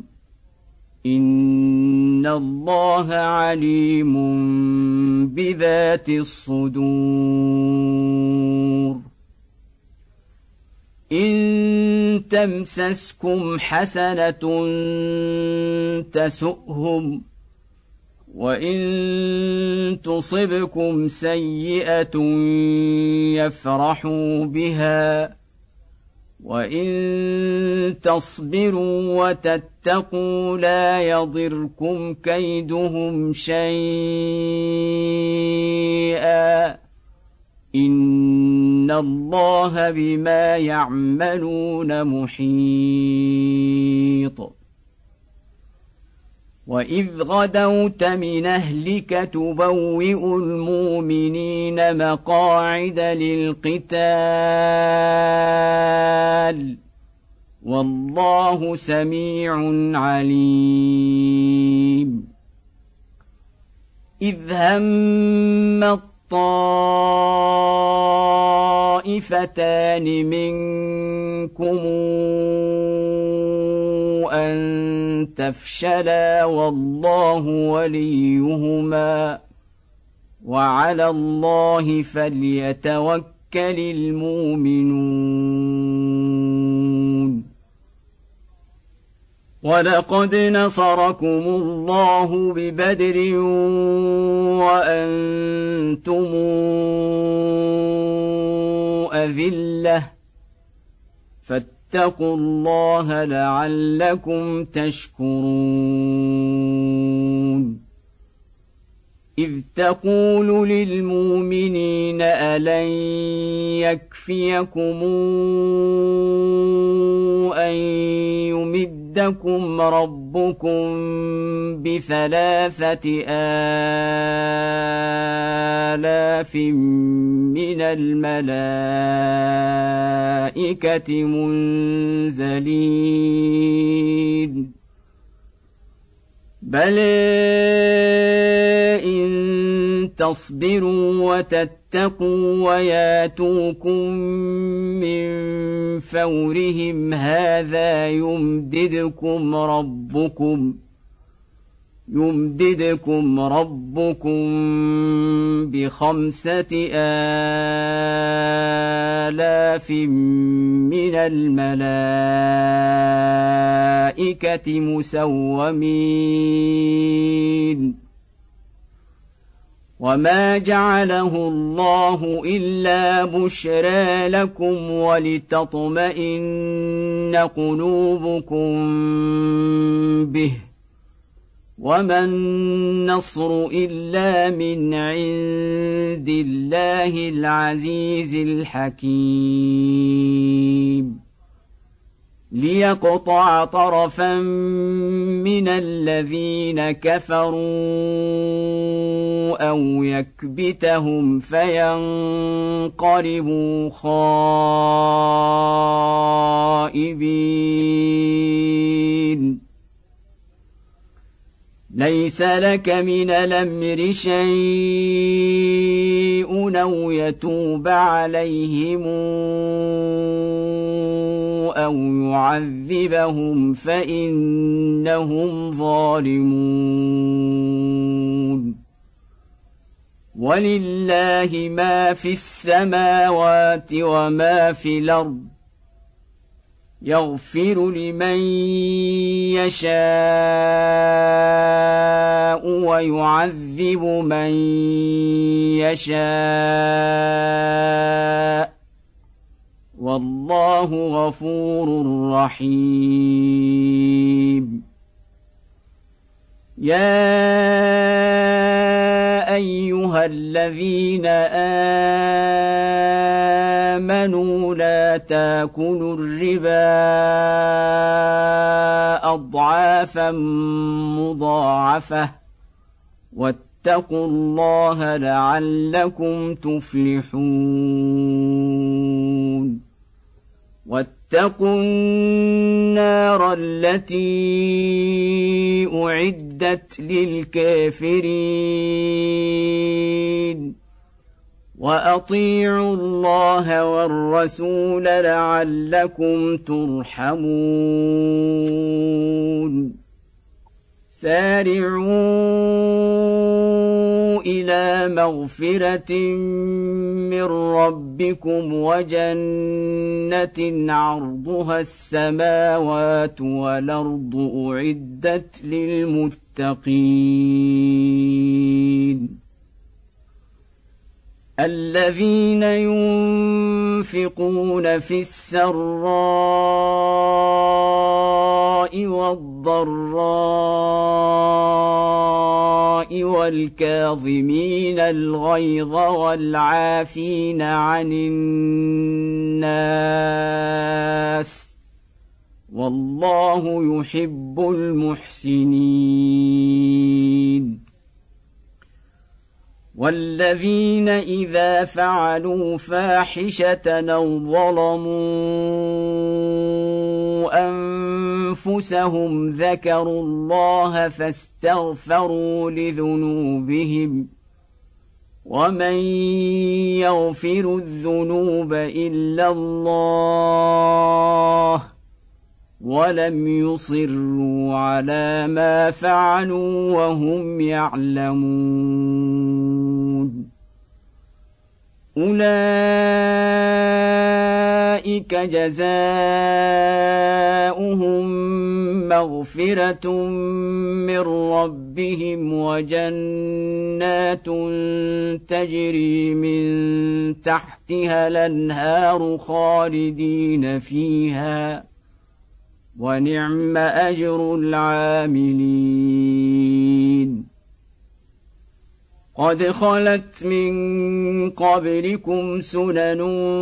إن الله عليم بذات الصدور إن تمسسكم حسنة تسؤهم وإن تصبكم سيئة يفرحوا بها وإن تصبروا وتتقوا لا يضركم كيدهم شيئا إن الله بما يعملون محيط وإذ غدوت من أهلك تبوئ المؤمنين مقاعد للقتال والله سميع عليم إذ هم الطائفتان منكم أن تفشلا والله وليهما وعلى الله فليتوكل المؤمنون ولقد نصركم الله ببدر وأنتم أذلة فاتقوا الله لعلكم تشكرون إذ تقول للمؤمنين ألن يكفيكم أن يمدكم ربكم بثلاثة آلاف من الملائكة منزلين بل إن تصبروا وتتقوا وياتوكم من فورهم هذا يمددكم ربكم يمددكم ربكم بخمسة آلاف من الملائكة مسومين وما جعله الله إلا بشرى لكم ولتطمئن قلوبكم به وما النصر إلا من عند الله العزيز الحكيم ليقطع طرفا من الذين كفروا أو يكبتهم فينقلبوا خائبين ليس لك من الأمر شيء أو يتوب عليهم أو يعذبهم فإنهم ظالمون ولله ما في السماوات وما في الأرض يغفر لمن يشاء ويعذب من يشاء والله غفور رحيم يا أيها الذين آمنوا لا تاكلوا الربا أضعافا مضاعفة واتقوا الله لعلكم تفلحون واتقوا النار التي أعدت للكافرين وأطيعوا الله والرسول لعلكم ترحمون سارعوا إلى مغفرة من ربكم وجنة عرضها السماوات والأرض أعدت للمتقين الذين ينفقون في السراء والضراء والكاظمين الغيظ والعافين عن الناس والله يحب المحسنين والذين إذا فعلوا فاحشة أو ظلموا أنفسهم ذكروا الله فاستغفروا لذنوبهم ومن يغفر الذنوب إلا الله ولم يصروا على ما فعلوا وهم يعلمون أولئك جزاؤهم مغفرة من ربهم وجنات تجري من تحتها الأنهار خالدين فيها ونعم أجر العاملين قد خلت من قبلكم سنن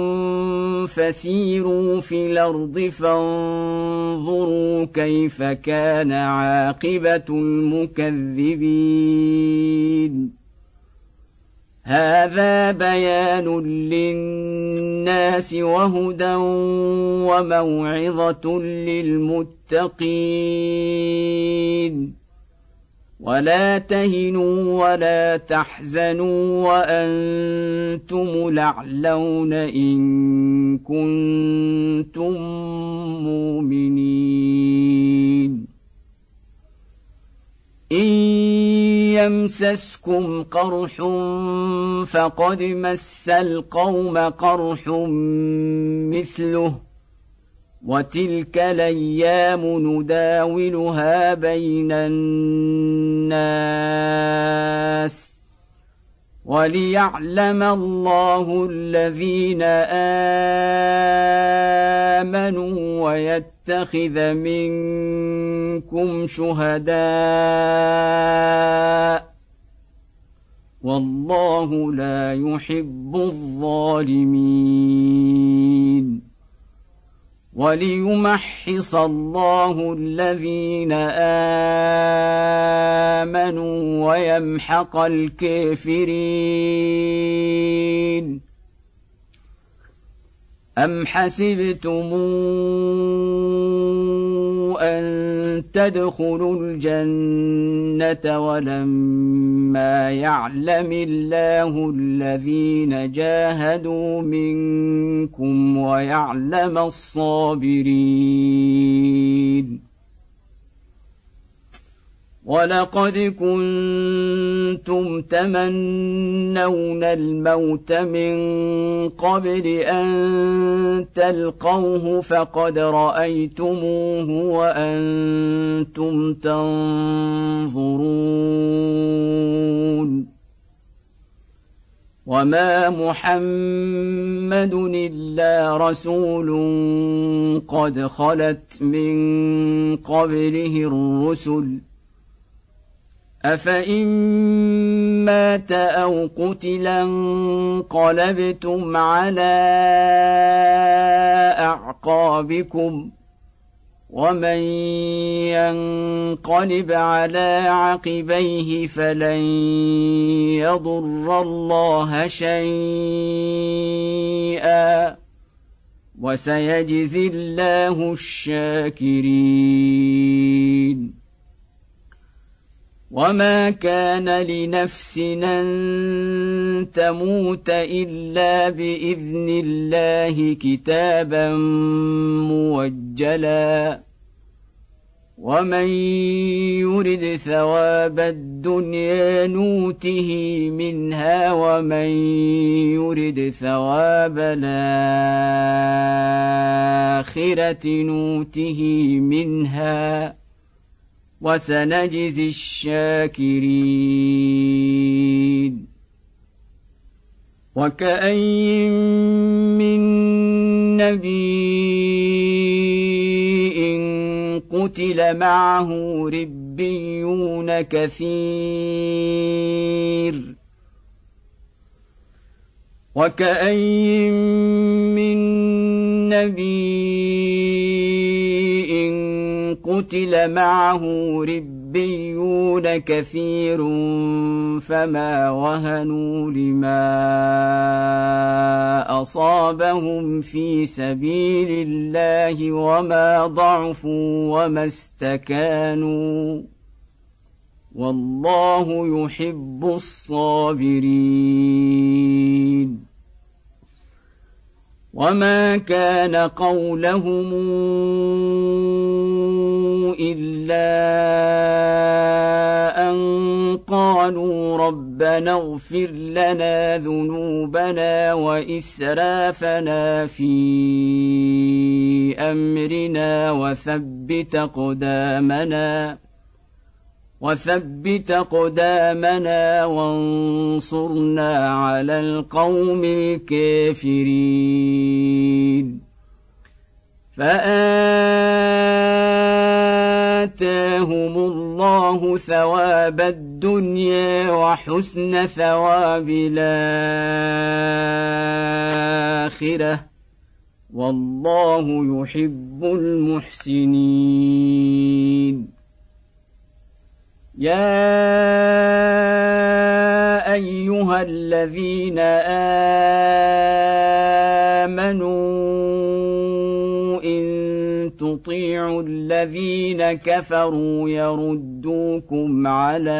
فسيروا في الأرض فانظروا كيف كان عاقبة المكذبين هذا بيان للناس وهدى وموعظة للمتقين ولا تهنوا ولا تحزنوا وأنتم الأعلون إن كنتم مؤمنين إن يمسسكم قرح فقد مس القوم قرح مثله وتلك الأيام نداولها بين الناس وليعلم الله الذين آمنوا ويتخذ منكم شهداء والله لا يحب الظالمين وليمحص الله الذين آمنوا ويمحق الكافرين أم حسبتم أن تدخلوا الجنة ولما يعلم الله الذين جاهدوا منكم ويعلم الصابرين ولقد كنتم تمنون الموت من قبل أن تلقوه فقد رأيتموه وأنتم تنظرون وما محمد إلا رسول قد خلت من قبله الرسل أفإن مات أو قتلا انقلبتم على أعقابكم ومن ينقلب على عقبيه فلن يضر الله شيئا وسيجزي الله الشاكرين وما كان لنفس أن تموت إلا بإذن الله كتابا موجلا ومن يرد ثواب الدنيا نوته منها ومن يرد ثواب الآخرة نوته منها وسنجزي الشاكرين وكأين من نبي قتل معه ربيون كثير وكأين من نبي قتل معه ربيون كثير فما وهنوا لما أصابهم في سبيل الله وما ضعفوا وما استكانوا والله يحب الصابرين وما كان قولهم إلا أن قالوا ربنا اغفر لنا ذنوبنا وإسرافنا في أمرنا وثبت أقدامنا وثبت أقدامنا وانصرنا على القوم الكافرين فآتاهم الله ثواب الدنيا وحسن ثواب الآخرة والله يحب المحسنين يا أيها الذين آمنوا إن تطيعوا الذين كفروا يردوكم على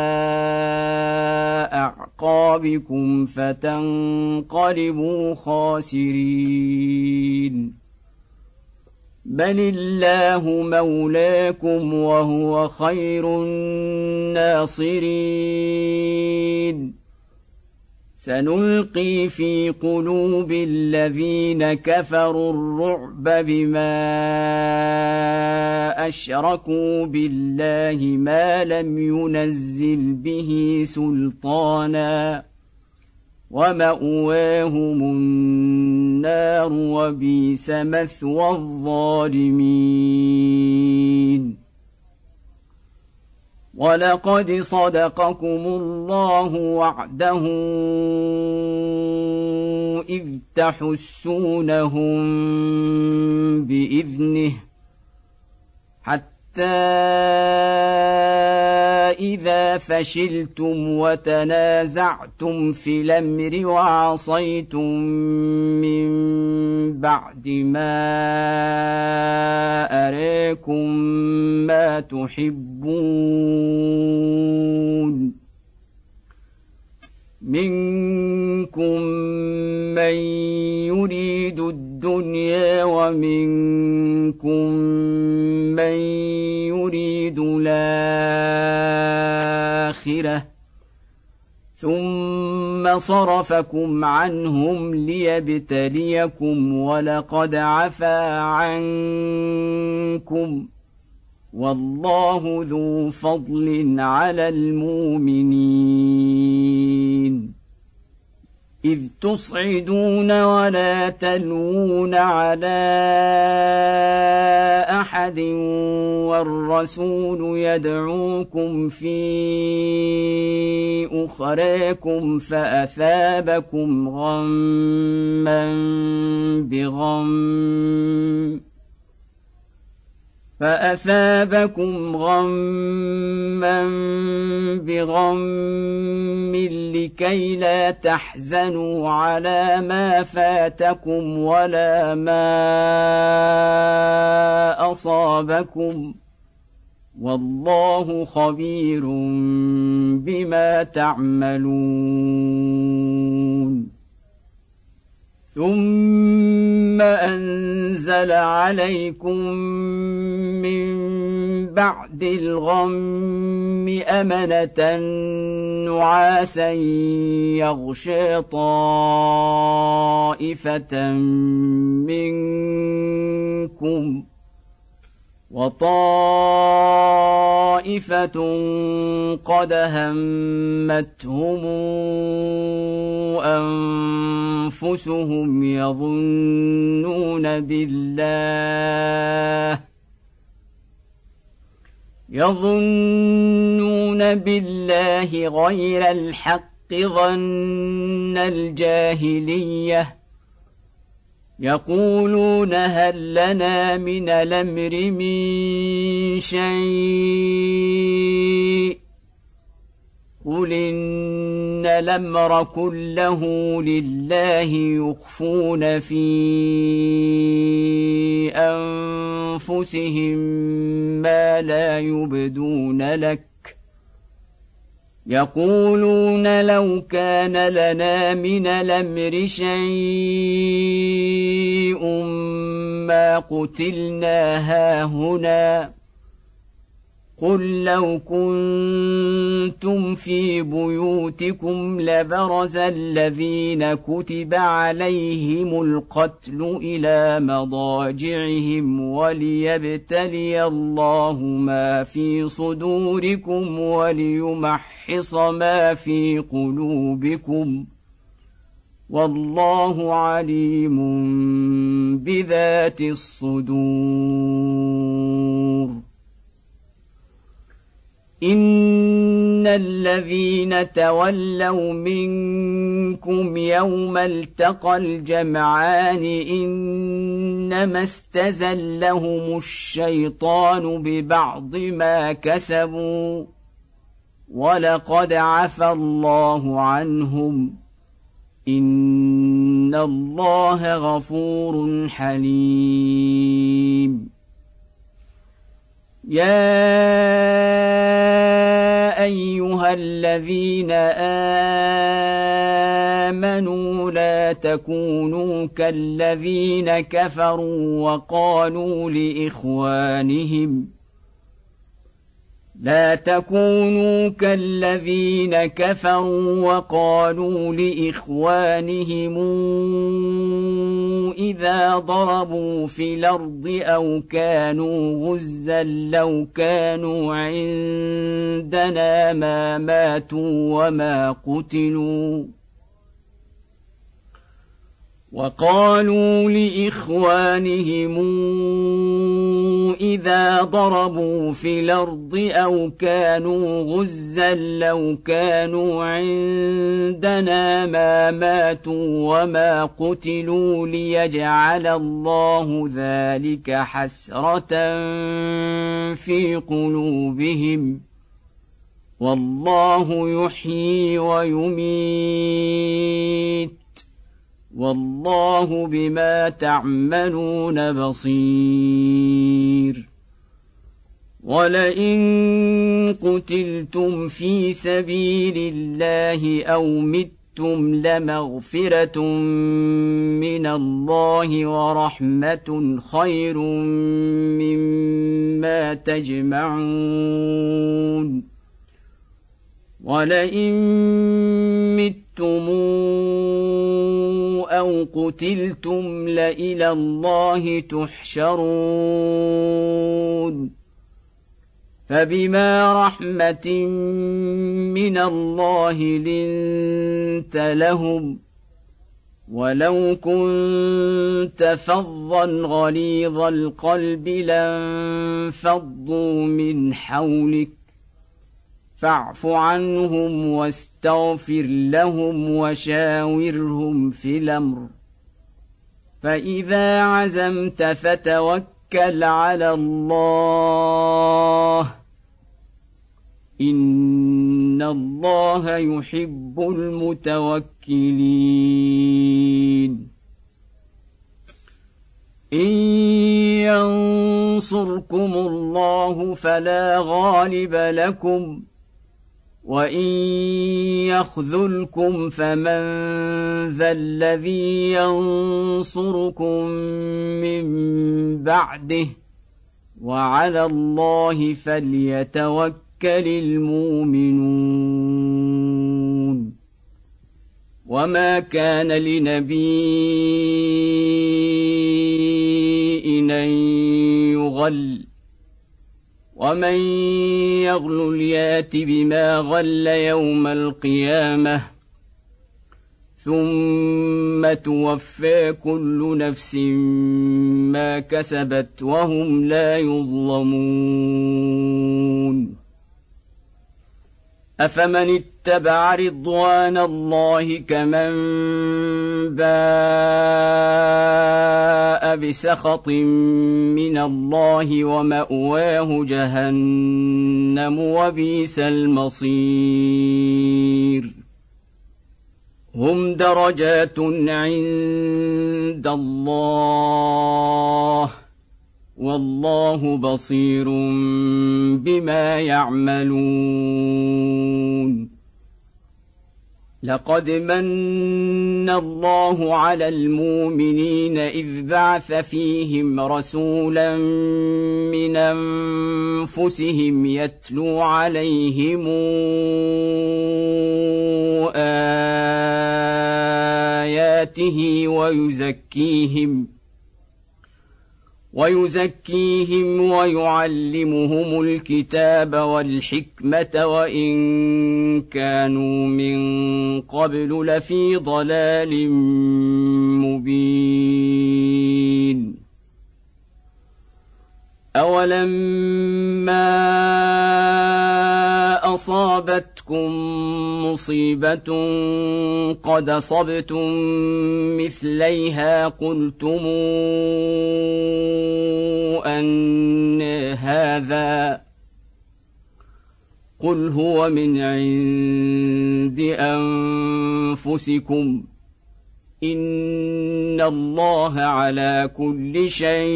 أعقابكم فتنقلبوا خاسرين بل الله مولاكم وهو خير الناصرين سنلقي في قلوب الذين كفروا الرعب بما أشركوا بالله ما لم ينزل به سلطانا ومأواهم النار وبئس مثوى الظالمين ولقد صدقكم الله وعده إذ تحسونهم بإذنه حتى إذا فشلتم وتنازعتم في الأمر وعصيتم من بعد ما أريكم ما تحبون منكم من يريد الدنيا ومنكم من يريد الآخرة ثم صرفكم عنهم ليبتليكم ولقد عفا عنكم والله ذو فضل على المؤمنين إذ تصعدون ولا تلوون على أحد والرسول يدعوكم في أخريكم فأثابكم غما بغم فأثابكم غما بغم لكي لا تحزنوا على ما فاتكم ولا ما أصابكم والله خبير بما تعملون ثم أنزل عليكم من بعد الغم أمنة نعاسا يغشى طائفة منكم وطائفة قد همتهم أنفسهم يظنون بالله يظنون بالله غير الحق ظن الجاهلية يقولون هل لنا من الأمر من شيء قل إن الأمر كله لله يخفون في أنفسهم ما لا يبدون لك يقولون لو كان لنا من الأمر شيء ما قتلنا هاهنا قل لو كنتم في بيوتكم لبرز الذين كتب عليهم القتل إلى مضاجعهم وليبتلي الله ما في صدوركم وليمحص ما في قلوبكم والله عليم بذات الصدور إن الذين تولوا منكم يوم التقى الجمعان إنما استزلهم الشيطان ببعض ما كسبوا ولقد عفا الله عنهم إن الله غفور حليم يا أيها الذين آمنوا لا تكونوا كالذين كفروا وقالوا لإخوانهم لا تكونوا كالذين كفروا وقالوا لإخوانهم إذا ضربوا في الأرض أو كانوا غزا لو كانوا عندنا ما ماتوا وما قتلوا وقالوا لإخوانهم إذا ضربوا في الأرض أو كانوا غزا لو كانوا عندنا ما ماتوا وما قتلوا ليجعل الله ذلك حسرة في قلوبهم والله يحيي ويميت والله بما تعملون بصير ولئن قتلتم في سبيل الله أو متم لمغفرة من الله ورحمة خير مما تجمعون ولئن متم أو قتلتم لإلى الله تحشرون فبما رحمة من الله لنت لهم ولو كنت فظا غليظ القلب لانفضوا من حولك فاعف عنهم واستغفر لهم وشاورهم في الأمر فإذا عزمت فتوكل على الله إن الله يحب المتوكلين إن ينصركم الله فلا غالب لكم وإن يخذلكم فمن ذا الذي ينصركم من بعده وعلى الله فليتوكل المؤمنون وما كان لنبي أن يغل ومن يغل يات بما غل يوم القيامة ثم توفى كل نفس ما كسبت وهم لا يظلمون أفمن اتبع رضوان الله كمن باء بسخط من الله ومأواه جهنم وبئس المصير هم درجات عند الله والله بصير بما يعملون لقد من الله على المؤمنين إذ بعث فيهم رسولا من أنفسهم يتلو عليهم آياته ويزكيهم ويزكيهم ويعلمهم الكتاب والحكمة وإن كانوا من قبل لفي ضلال مبين أولما أصابتكم مصيبة قد أصبتم مثليها قلتم أن هذا قل هو من عند أنفسكم إن الله على كل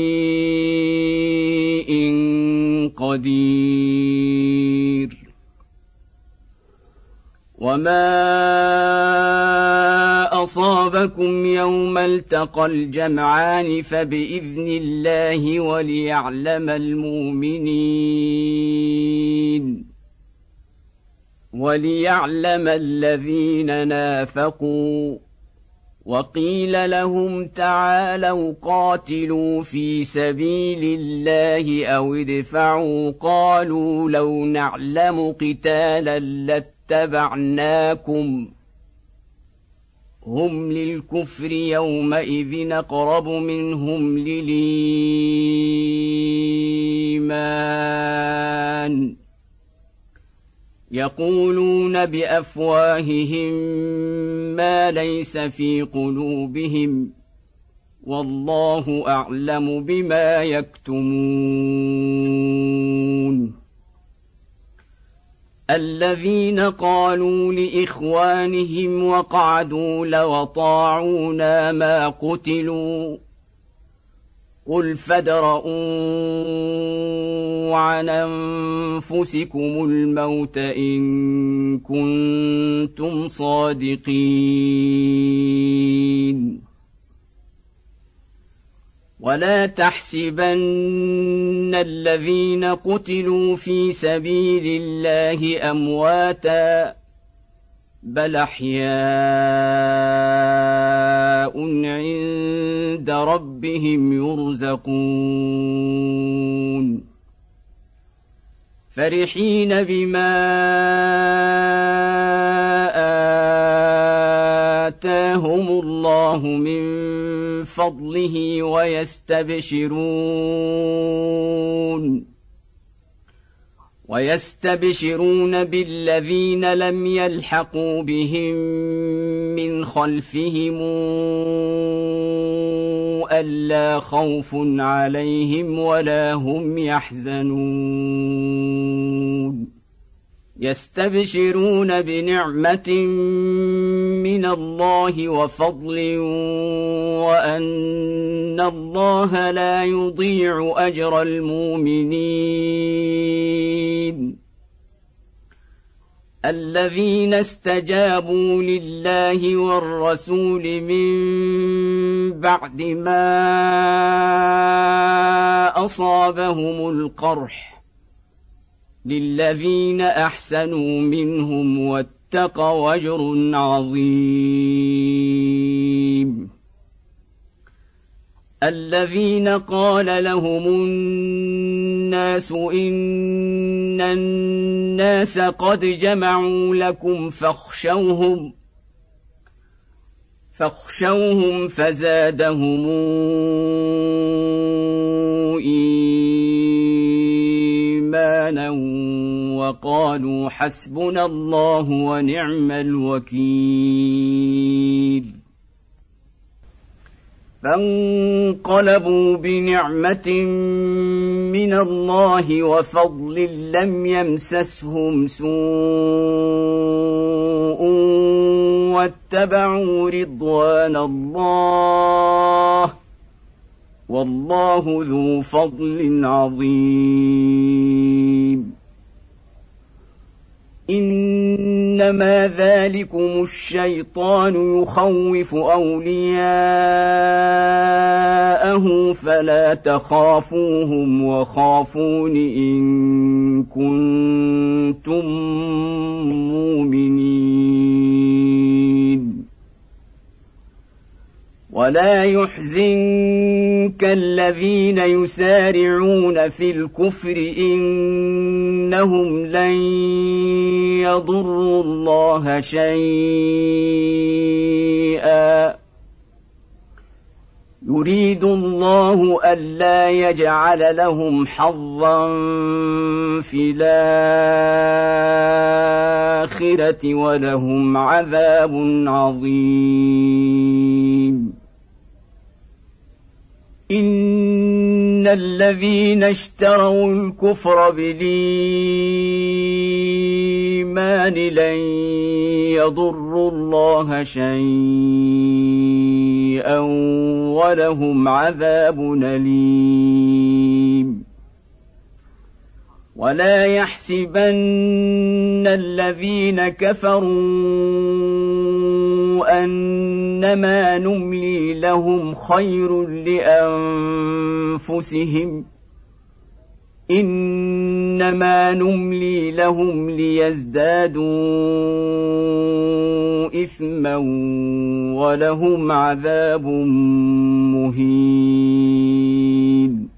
شيء قدير وما أصابكم يوم التقى الجمعان فبإذن الله وليعلم المؤمنين وليعلم الذين نافقوا وقيل لهم تعالوا قاتلوا في سبيل الله أو ادفعوا قالوا لو نعلم قتالا لاتبعناكم هم للكفر يومئذ أقرب منهم للإيمان يقولون بأفواههم ما ليس في قلوبهم والله أعلم بما يكتمون الذين قالوا لإخوانهم وقعدوا لو طاعونا ما قتلوا قل فادرءوا عن أنفسكم الموت إن كنتم صادقين ولا تحسبن الذين قتلوا في سبيل الله أمواتا بل أحياء عند ربهم يرزقون فرحين بما آتاهم الله من فضله ويستبشرون ويستبشرون بالذين لم يلحقوا بهم من خلفهم ألا خوف عليهم ولا هم يحزنون يستبشرون بنعمة من الله وفضل وأن الله لا يضيع أجر المؤمنين الذين استجابوا لله والرسول من بعد ما أصابهم القرح للذين أحسنوا منهم واتقوا أجر عظيم الذين قال لهم الناس إن الناس قد جمعوا لكم فاخشوهم فاخشوهم فزادهم إيمانا وقالوا حسبنا الله ونعم الوكيل فانقلبوا بنعمة من الله وفضل لم يمسسهم سوء واتبعوا رضوان الله والله ذو فضل عظيم إنما ذلكم الشيطان يخوف أولياءه فلا تخافوهم وخافون إن كنتم مؤمنين ولا يحزنك الذين يسارعون في الكفر إنهم لن يضروا الله شيئا يريد الله ألا يجعل لهم حظا في الآخرة ولهم عذاب عظيم إن الذين اشتروا الكفر بالإيمان لن يضروا الله شيئا ولهم عذاب أليم ولا يحسبن الذين كفروا أنما نملي لهم خير لأنفسهم إنما نملي لهم ليزدادوا إثما ولهم عذاب مهين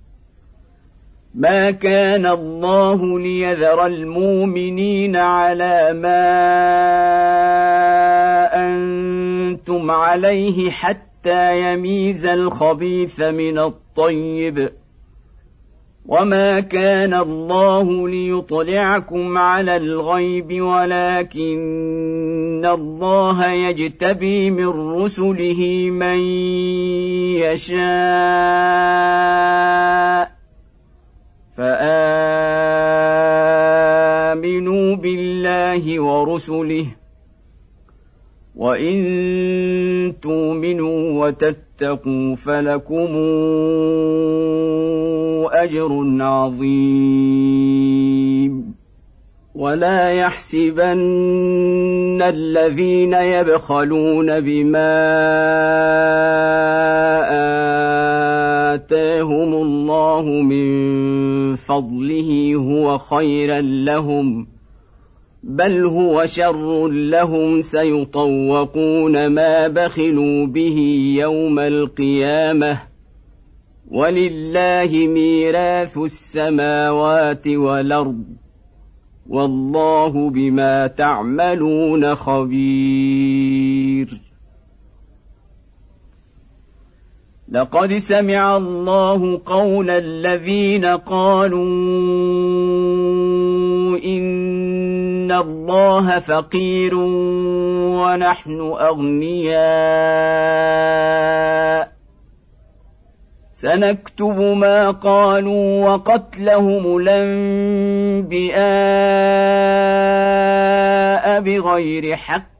ما كان الله ليذر المؤمنين على ما أنتم عليه حتى يميز الخبيث من الطيب وما كان الله ليطلعكم على الغيب ولكن الله يجتبي من رسله من يشاء فآمنوا فآمنوا بالله ورسله وإن تؤمنوا وتتقوا فلكم أجر عظيم ولا يحسبن الذين يبخلون بما آتاهم الله من فضله هو خيرا لهم بل هو شر لهم سيطوقون ما بخلوا به يوم القيامة ولله ميراث السماوات والأرض والله بما تعملون خبير لقد سمع الله قول الذين قالوا إن الله فقير ونحن أغنياء سنكتب ما قالوا وقتلهم الأنبياء بغير حق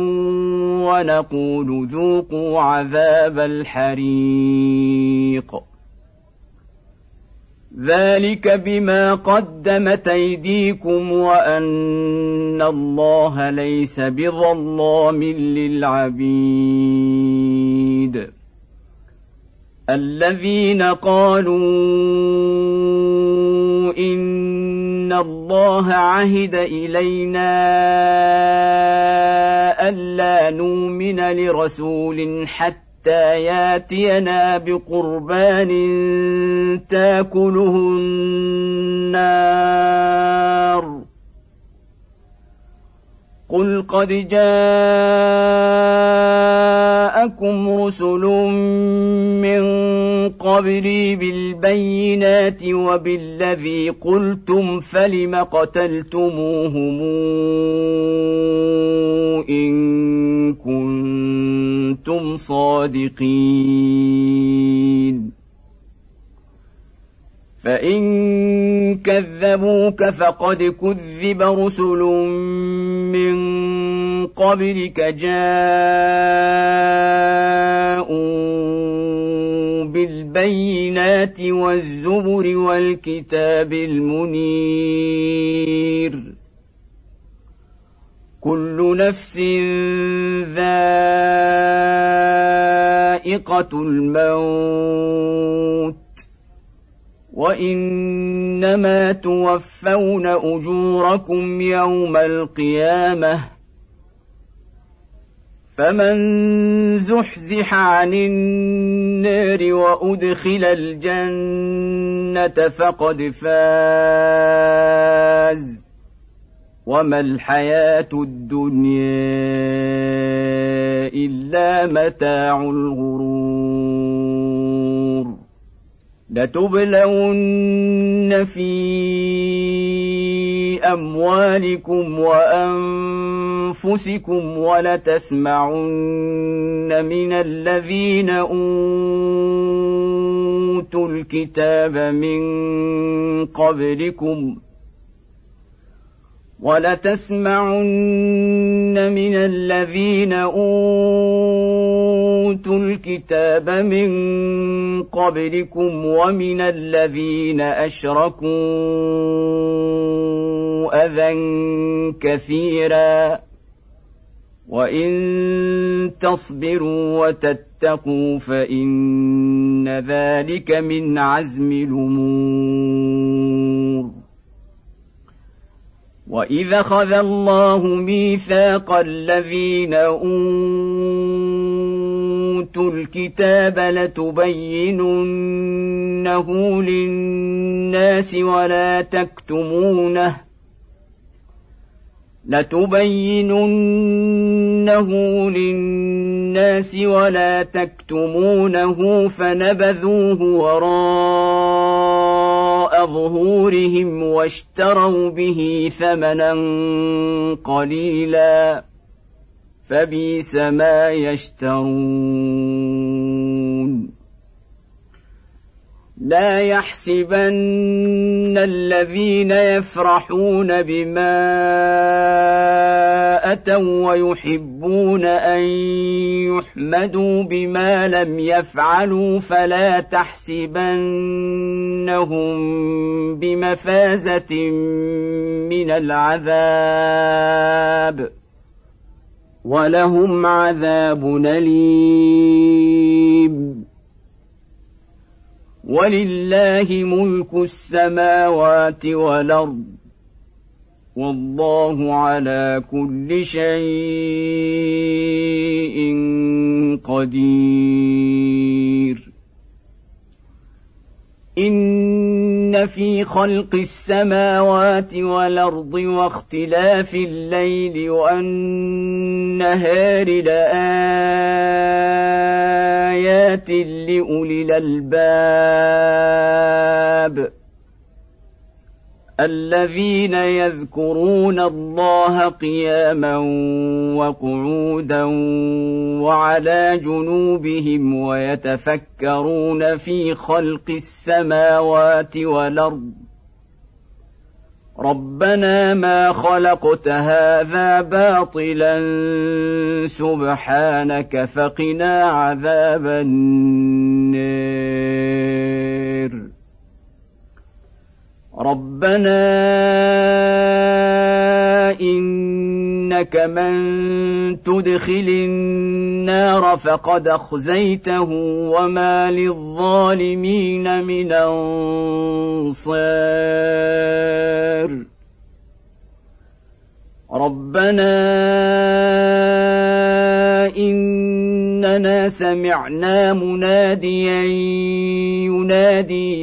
ونقول ذوقوا عذاب الحريق ذلك بما قدمت أيديكم وأن الله ليس بظلام للعبيد الذين قالوا إن الله عهد إلينا ألا نؤمن لرسول حتى ياتينا بقربان تاكله النار قل قد جاءكم رسل من قبلي بالبينات وبالذي قلتم فلم قتلتموهم إن كنتم صادقين فإن كذبوك فقد كذب رسل من قبلك جاءوا بالبينات والزبر والكتاب المنير كل نفس ذائقة الموت وإنما توفون أجوركم يوم القيامة فمن زحزح عن النار وأدخل الجنة فقد فاز وما الحياة الدنيا إلا متاع الغرور لتبلون في أموالكم وأنفسكم ولتسمعن من الذين أوتوا الكتاب من قبلكم ولتسمعن من الذين أوتوا الكتاب من قبلكم ومن الذين أشركوا أذى كثيرا وإن تصبروا وتتقوا فإن ذلك من عزم الأمور وإذا أخذ الله ميثاق الذين أوتوا الكتاب لتبيننه للناس ولا تكتمونه لتبيننه للناس ولا تكتمونه فنبذوه وراء ظهورهم واشتروا به ثمنا قليلا فبئس ما يشترون لا يحسبن الذين يفرحون بما أتوا ويحبون أن يحمدوا بما لم يفعلوا فلا تحسبنهم بمفازة من العذاب ولهم عذاب أليم. ولله ملك السماوات والأرض والله على كل شيء قدير. إن في خلق السماوات والأرض واختلاف الليل والنهار لآيات لأولي الألباب الذين يذكرون الله قياما وقعودا وعلى جنوبهم ويتفكرون في خلق السماوات والأرض ربنا ما خلقت هذا باطلا سبحانك فقنا عذاب النار. ربنا إنك من تدخل النار فقد أخزيته وما للظالمين من أنصار. ربنا إننا سمعنا مناديا ينادي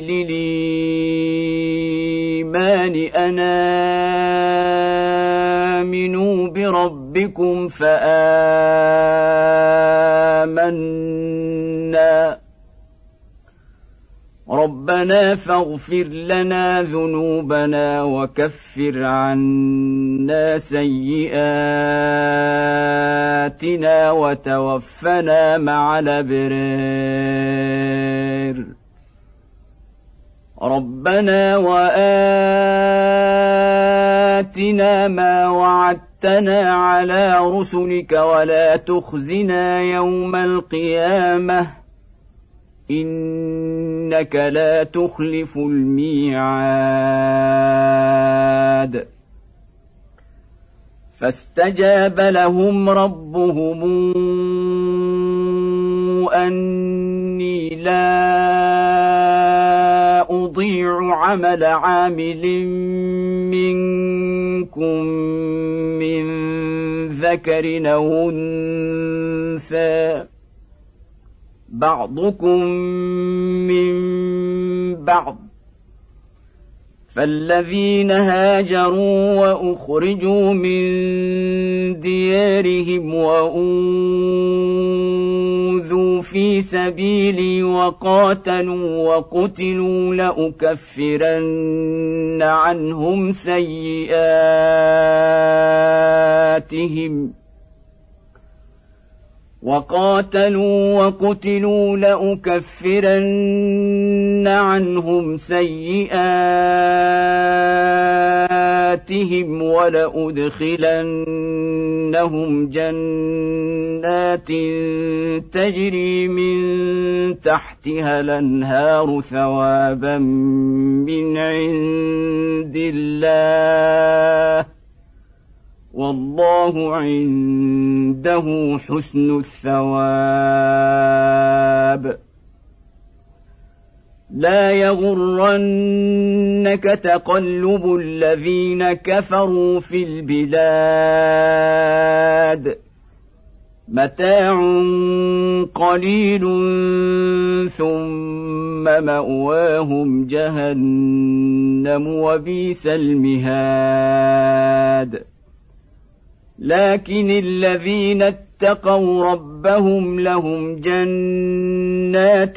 للإيمان أن آمنوا بربكم فآمنا ربنا فاغفر لنا ذنوبنا وكفر عنا سيئاتنا وتوفنا مع الأبرار. ربنا وآتنا ما وعدتنا على رسلك ولا تخزنا يوم القيامة إنك لا تخلف الميعاد. فاستجاب لهم ربهم أني لا أضيع عمل عامل منكم من ذكر أو أنثى بعضكم من بعض فالذين هاجروا وأخرجوا من ديارهم وأوذوا في سبيلي وقاتلوا وقتلوا لأكفرن عنهم سيئاتهم وقاتلوا وقتلوا لأكفرن عنهم سيئاتهم ولأدخلنهم جنات تجري من تحتها الأنهار ثوابا من عند الله والله عنده حسن الثواب. لا يغرنك تقلب الذين كفروا في البلاد متاع قليل ثم مأواهم جهنم وبئس المهاد. لكن الذين اتقوا ربهم لهم جنات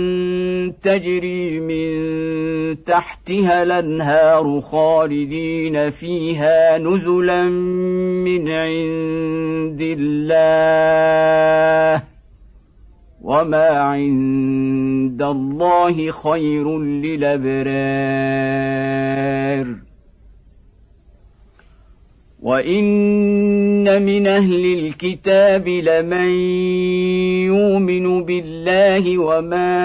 تجري من تحتها الأنهار خالدين فيها نزلا من عند الله وما عند عند الله خير للأبرار وإن من أهل الكتاب لمن يؤمن بالله وما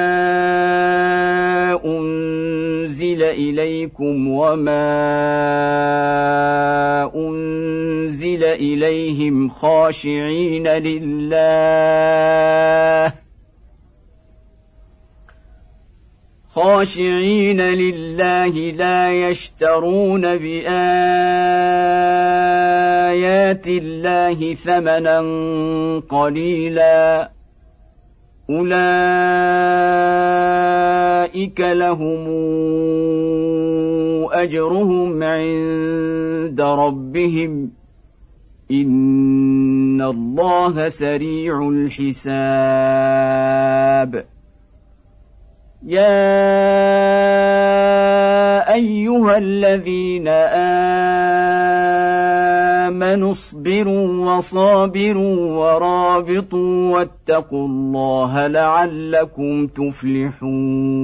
أنزل إليكم وما أنزل إليهم خاشعين لله خاشعين لله لا يشترون بآيات الله ثمنا قليلا أولئك لهم أجرهم عند ربهم إن الله سريع الحساب يا أيها الذين آمنوا اصبروا وصابروا ورابطوا واتقوا الله لعلكم تفلحون